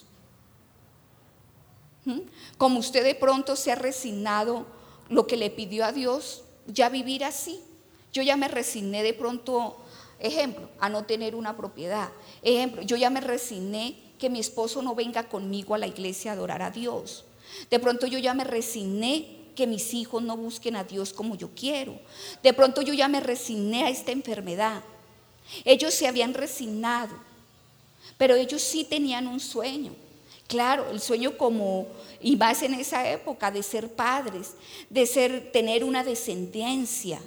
¿Mm? Como usted de pronto se ha resignado lo que le pidió a Dios, ya vivir así. Yo ya me resigné de pronto, ejemplo, a no tener una propiedad. Ejemplo, yo ya me resigné que mi esposo no venga conmigo a la iglesia a adorar a Dios. De pronto yo ya me resigné que mis hijos no busquen a Dios como yo quiero. De pronto yo ya me resigné a esta enfermedad. Ellos se habían resignado, pero ellos sí tenían un sueño. Claro, el sueño como, y más en esa época, de ser padres, de ser, tener una descendencia.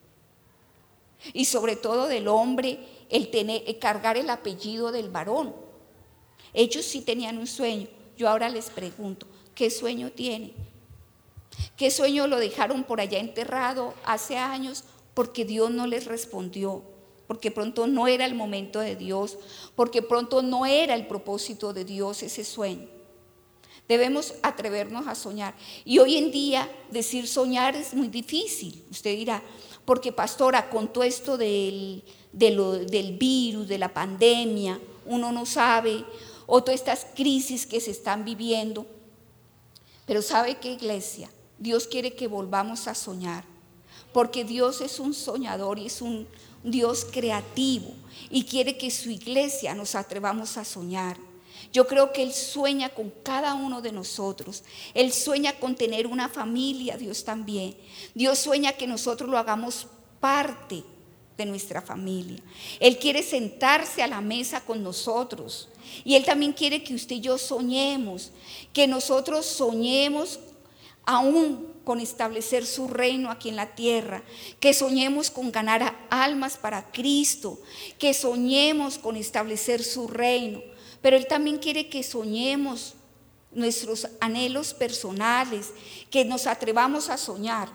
Y sobre todo del hombre, el, tener, el cargar el apellido del varón. Ellos sí tenían un sueño. Yo ahora les pregunto, ¿qué sueño tienen? ¿Qué sueño lo dejaron por allá enterrado hace años porque Dios no les respondió? Porque pronto no era el momento de Dios, porque pronto no era el propósito de Dios ese sueño. Debemos atrevernos a soñar. Y hoy en día decir soñar es muy difícil. Usted dirá, porque pastora, con todo esto del, de lo, del virus, de la pandemia, uno no sabe, o todas estas crisis que se están viviendo. Pero ¿sabe qué, iglesia? Dios quiere que volvamos a soñar, porque Dios es un soñador y es un Dios creativo y quiere que su iglesia nos atrevamos a soñar. Yo creo que Él sueña con cada uno de nosotros. Él sueña con tener una familia, Dios también. Dios sueña que nosotros lo hagamos parte de nuestra familia. Él quiere sentarse a la mesa con nosotros. Y Él también quiere que usted y yo soñemos, que nosotros soñemos aún con establecer su reino aquí en la tierra, que soñemos con ganar a almas para Cristo, que soñemos con establecer su reino. Pero Él también quiere que soñemos nuestros anhelos personales, que nos atrevamos a soñar.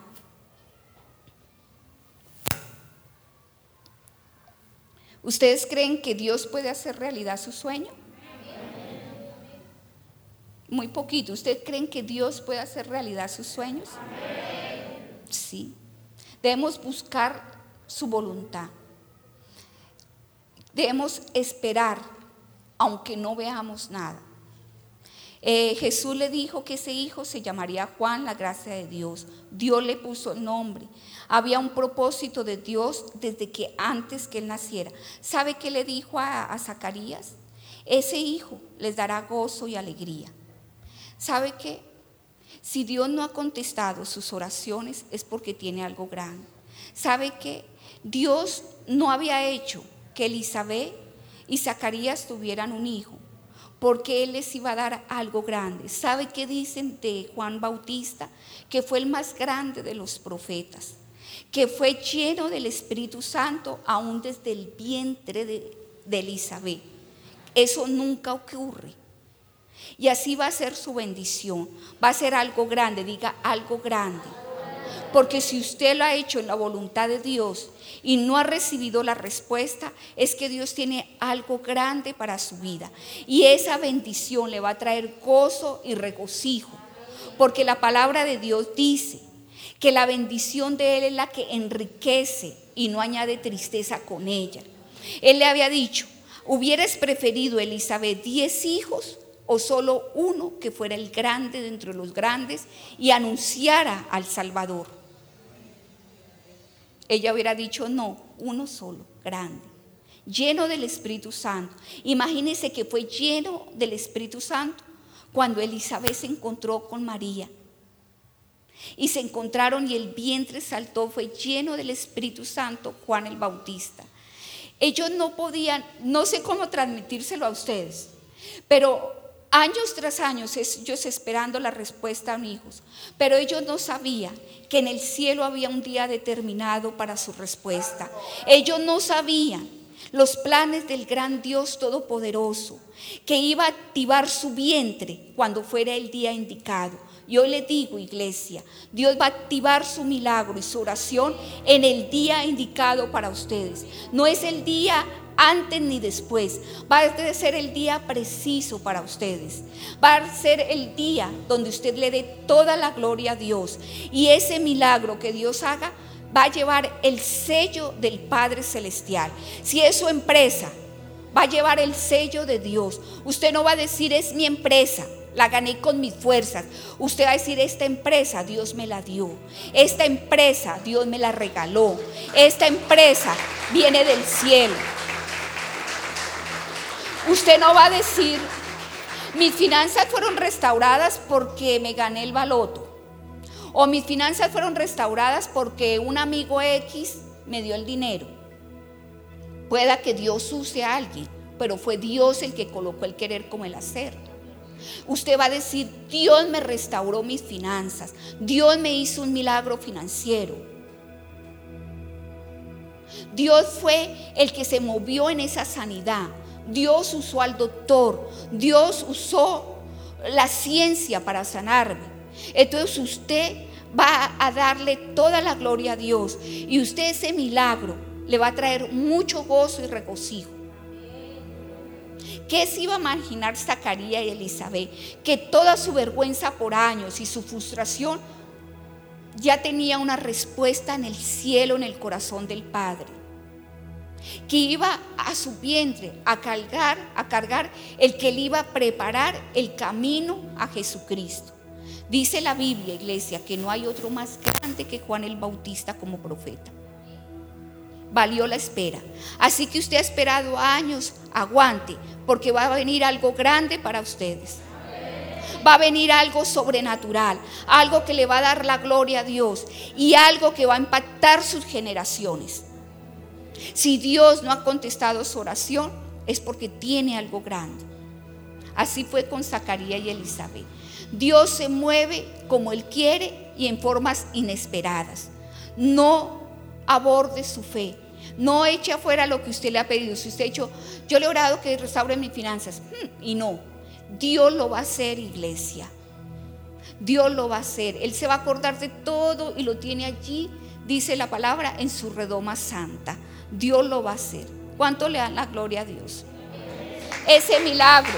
¿Ustedes creen que Dios puede hacer realidad su sueño? Muy poquito. ¿Ustedes creen que Dios puede hacer realidad sus sueños? Sí. Debemos buscar su voluntad. Debemos esperar, aunque no veamos nada. Eh, Jesús le dijo que ese hijo se llamaría Juan, la gracia de Dios. Dios le puso el nombre. Había un propósito de Dios desde que antes que él naciera. ¿Sabe qué le dijo a, a Zacarías? Ese hijo les dará gozo y alegría. ¿Sabe qué? Si Dios no ha contestado sus oraciones es porque tiene algo grande. ¿Sabe qué? Dios no había hecho que Elizabeth y Zacarías tuvieran un hijo, porque Él les iba a dar algo grande. ¿Sabe qué dicen de Juan Bautista? Que fue el más grande de los profetas. que fue lleno del Espíritu Santo aún desde el vientre de, de Elizabeth. Eso nunca ocurre. Y así va a ser su bendición. Va a ser algo grande, diga algo grande. Porque si usted lo ha hecho en la voluntad de Dios y no ha recibido la respuesta, es que Dios tiene algo grande para su vida. Y esa bendición le va a traer gozo y regocijo. Porque la palabra de Dios dice que la bendición de Él es la que enriquece y no añade tristeza con ella. Él le había dicho, ¿hubieras preferido, Elizabeth, diez hijos o solo uno que fuera el grande de entre los grandes y anunciara al Salvador? Ella hubiera dicho, no, uno solo, grande, lleno del Espíritu Santo. Imagínense que fue lleno del Espíritu Santo cuando Elizabeth se encontró con María. Y se encontraron y el vientre saltó, fue lleno del Espíritu Santo, Juan el Bautista. Ellos no podían, no sé cómo transmitírselo a ustedes, pero años tras años ellos esperando la respuesta a un hijo, pero ellos no sabían que en el cielo había un día determinado para su respuesta. Ellos no sabían los planes del gran Dios Todopoderoso, que iba a activar su vientre cuando fuera el día indicado. Y hoy les digo, iglesia, Dios va a activar su milagro y su oración en el día indicado para ustedes. No es el día antes ni después, va a ser el día preciso para ustedes. Va a ser el día donde usted le dé toda la gloria a Dios. Y ese milagro que Dios haga va a llevar el sello del Padre Celestial. Si es su empresa, va a llevar el sello de Dios. Usted no va a decir, es mi empresa, la gané con mis fuerzas. Usted va a decir, esta empresa Dios me la dio, esta empresa Dios me la regaló, esta empresa viene del cielo. Usted no va a decir, mis finanzas fueron restauradas porque me gané el baloto, o mis finanzas fueron restauradas porque un amigo X me dio el dinero. Pueda que Dios use a alguien, pero fue Dios el que colocó el querer como el hacer. Usted va a decir, Dios me restauró mis finanzas, Dios me hizo un milagro financiero. Dios fue el que se movió en esa sanidad. Dios usó al doctor, Dios usó la ciencia para sanarme. Entonces usted va a darle toda la gloria a Dios y usted ese milagro le va a traer mucho gozo y regocijo. ¿Qué se iba a imaginar Zacarías y Elizabeth? Que toda su vergüenza por años y su frustración ya tenía una respuesta en el cielo, en el corazón del Padre. Que iba a su vientre a cargar, a cargar el que le iba a preparar el camino a Jesucristo. Dice la Biblia, iglesia, que no hay otro más grande que Juan el Bautista como profeta. Valió la espera. Así que usted ha esperado años, aguante, porque va a venir algo grande para ustedes. Va a venir algo sobrenatural, algo que le va a dar la gloria a Dios y algo que va a impactar sus generaciones. Si Dios no ha contestado su oración, es porque tiene algo grande. Así fue con Zacarías y Elizabeth. Dios se mueve como Él quiere y en formas inesperadas. No aborde su fe. No eche afuera lo que usted le ha pedido. Si usted ha dicho, yo le he orado que restaure mis finanzas, y no, Dios lo va a hacer, iglesia. Dios lo va a hacer. Él se va a acordar de todo y lo tiene allí, dice la palabra, en su redoma santa. Dios lo va a hacer. ¿Cuánto le dan la gloria a Dios? Ese milagro.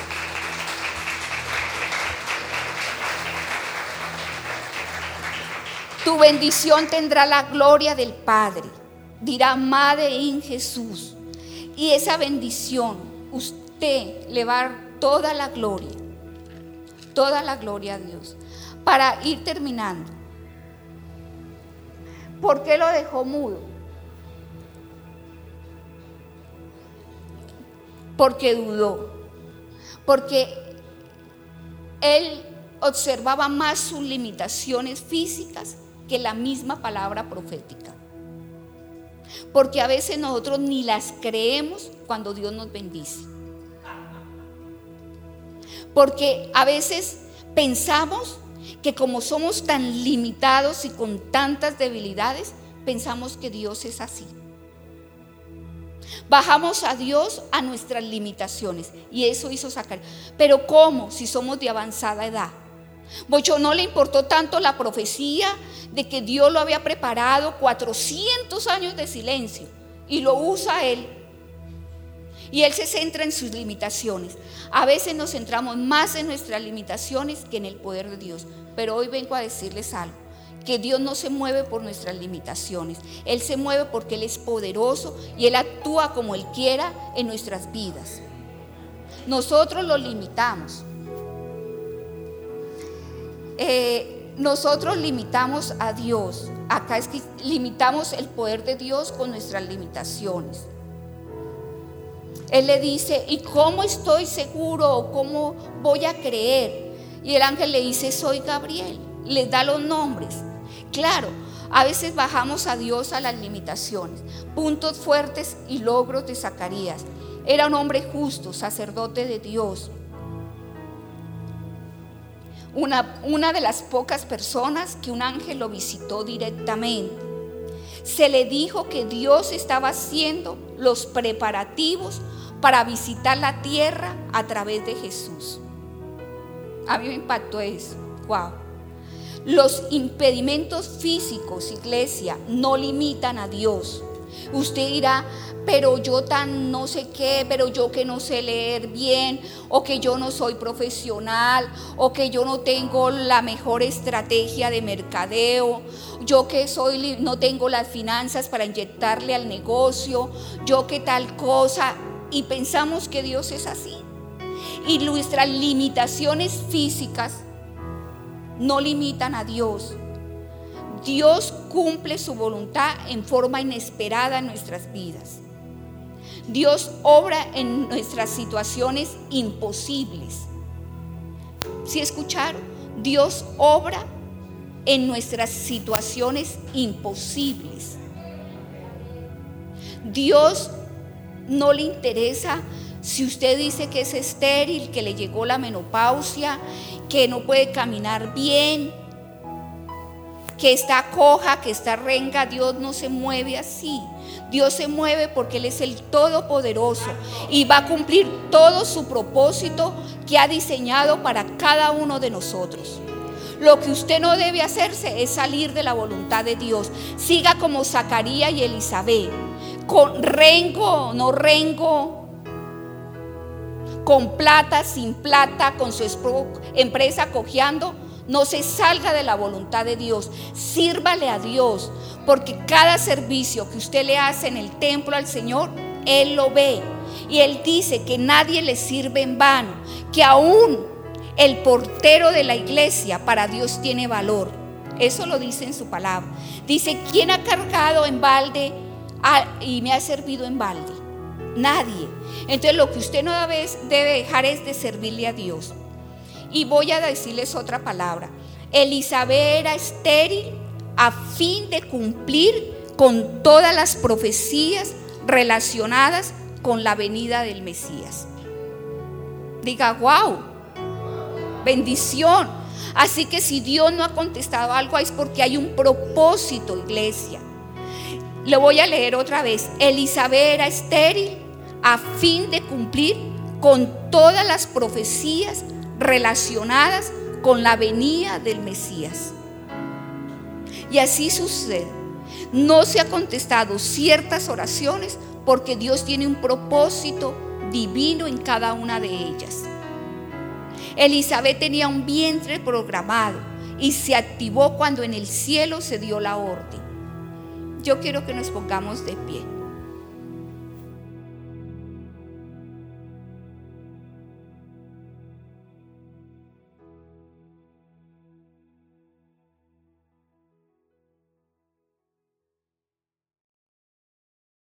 Tu bendición tendrá la gloria del Padre. Dirá Made in Jesús. Y esa bendición, usted le va a dar toda la gloria. Toda la gloria a Dios. Para ir terminando. ¿Por qué lo dejó mudo? Porque dudó. Porque él observaba más sus limitaciones físicas que la misma palabra profética. Porque a veces nosotros ni las creemos cuando Dios nos bendice. Porque a veces pensamos que como somos tan limitados y con tantas debilidades, pensamos que Dios es así. Bajamos a Dios a nuestras limitaciones, y eso hizo Zacarías. Pero ¿cómo? Si somos de avanzada edad. Bocho no le importó tanto la profecía de que Dios lo había preparado, cuatrocientos años de silencio, y lo usa él. Y él se centra en sus limitaciones. A veces nos centramos más en nuestras limitaciones que en el poder de Dios. Pero hoy vengo a decirles algo, que Dios no se mueve por nuestras limitaciones. Él se mueve porque Él es poderoso y Él actúa como Él quiera en nuestras vidas. Nosotros lo limitamos. Eh, nosotros limitamos a Dios. Acá es que limitamos el poder de Dios con nuestras limitaciones. Él le dice, ¿y cómo estoy seguro? ¿Cómo voy a creer? Y el ángel le dice, soy Gabriel. Les da los nombres. Claro, a veces bajamos a Dios a las limitaciones. Puntos fuertes y logros de Zacarías. Era un hombre justo, sacerdote de Dios. Una, una de las pocas personas que un ángel lo visitó directamente. Se le dijo que Dios estaba haciendo los preparativos para visitar la tierra a través de Jesús. A mí me impactó eso. Wow. Los impedimentos físicos, iglesia, no limitan a Dios. Usted dirá, pero yo tan no sé qué, pero yo que no sé leer bien, o que yo no soy profesional, o que yo no tengo la mejor estrategia de mercadeo, yo que soy, no tengo las finanzas para inyectarle al negocio, yo que tal cosa, y pensamos que Dios es así. Y nuestras limitaciones físicas no limitan a Dios. Dios cumple su voluntad en forma inesperada en nuestras vidas. Dios obra en nuestras situaciones imposibles. ¿Sí escucharon? Dios obra en nuestras situaciones imposibles. Dios no le interesa si usted dice que es estéril, que le llegó la menopausia, que no puede caminar bien, que está coja, que está renga. Dios no se mueve así. Dios se mueve porque Él es el Todopoderoso y va a cumplir todo su propósito que ha diseñado para cada uno de nosotros. Lo que usted no debe hacerse es salir de la voluntad de Dios. Siga como Zacarías y Elizabeth, con rengo, no rengo, con plata, sin plata, con su empresa cojeando. No se salga de la voluntad de Dios. Sírvale a Dios, porque cada servicio que usted le hace en el templo al Señor, Él lo ve. Y Él dice que nadie le sirve en vano, que aún el portero de la iglesia para Dios tiene valor. Eso lo dice en su palabra. Dice, ¿quién ha cargado en balde y me ha servido en balde? Nadie. Entonces lo que usted no debe, debe dejar es de servirle a Dios. Y voy a decirles otra palabra. Elizabeth era estéril a fin de cumplir con todas las profecías relacionadas con la venida del Mesías. Diga, wow, bendición. Así que si Dios no ha contestado algo es porque hay un propósito, iglesia. Le voy a leer otra vez. Elizabeth era estéril a fin de cumplir con todas las profecías relacionadas con la venida del Mesías. Y así sucede. No se ha contestado ciertas oraciones porque Dios tiene un propósito divino en cada una de ellas. Elizabeth tenía un vientre programado y se activó cuando en el cielo se dio la orden. Yo quiero que nos pongamos de pie.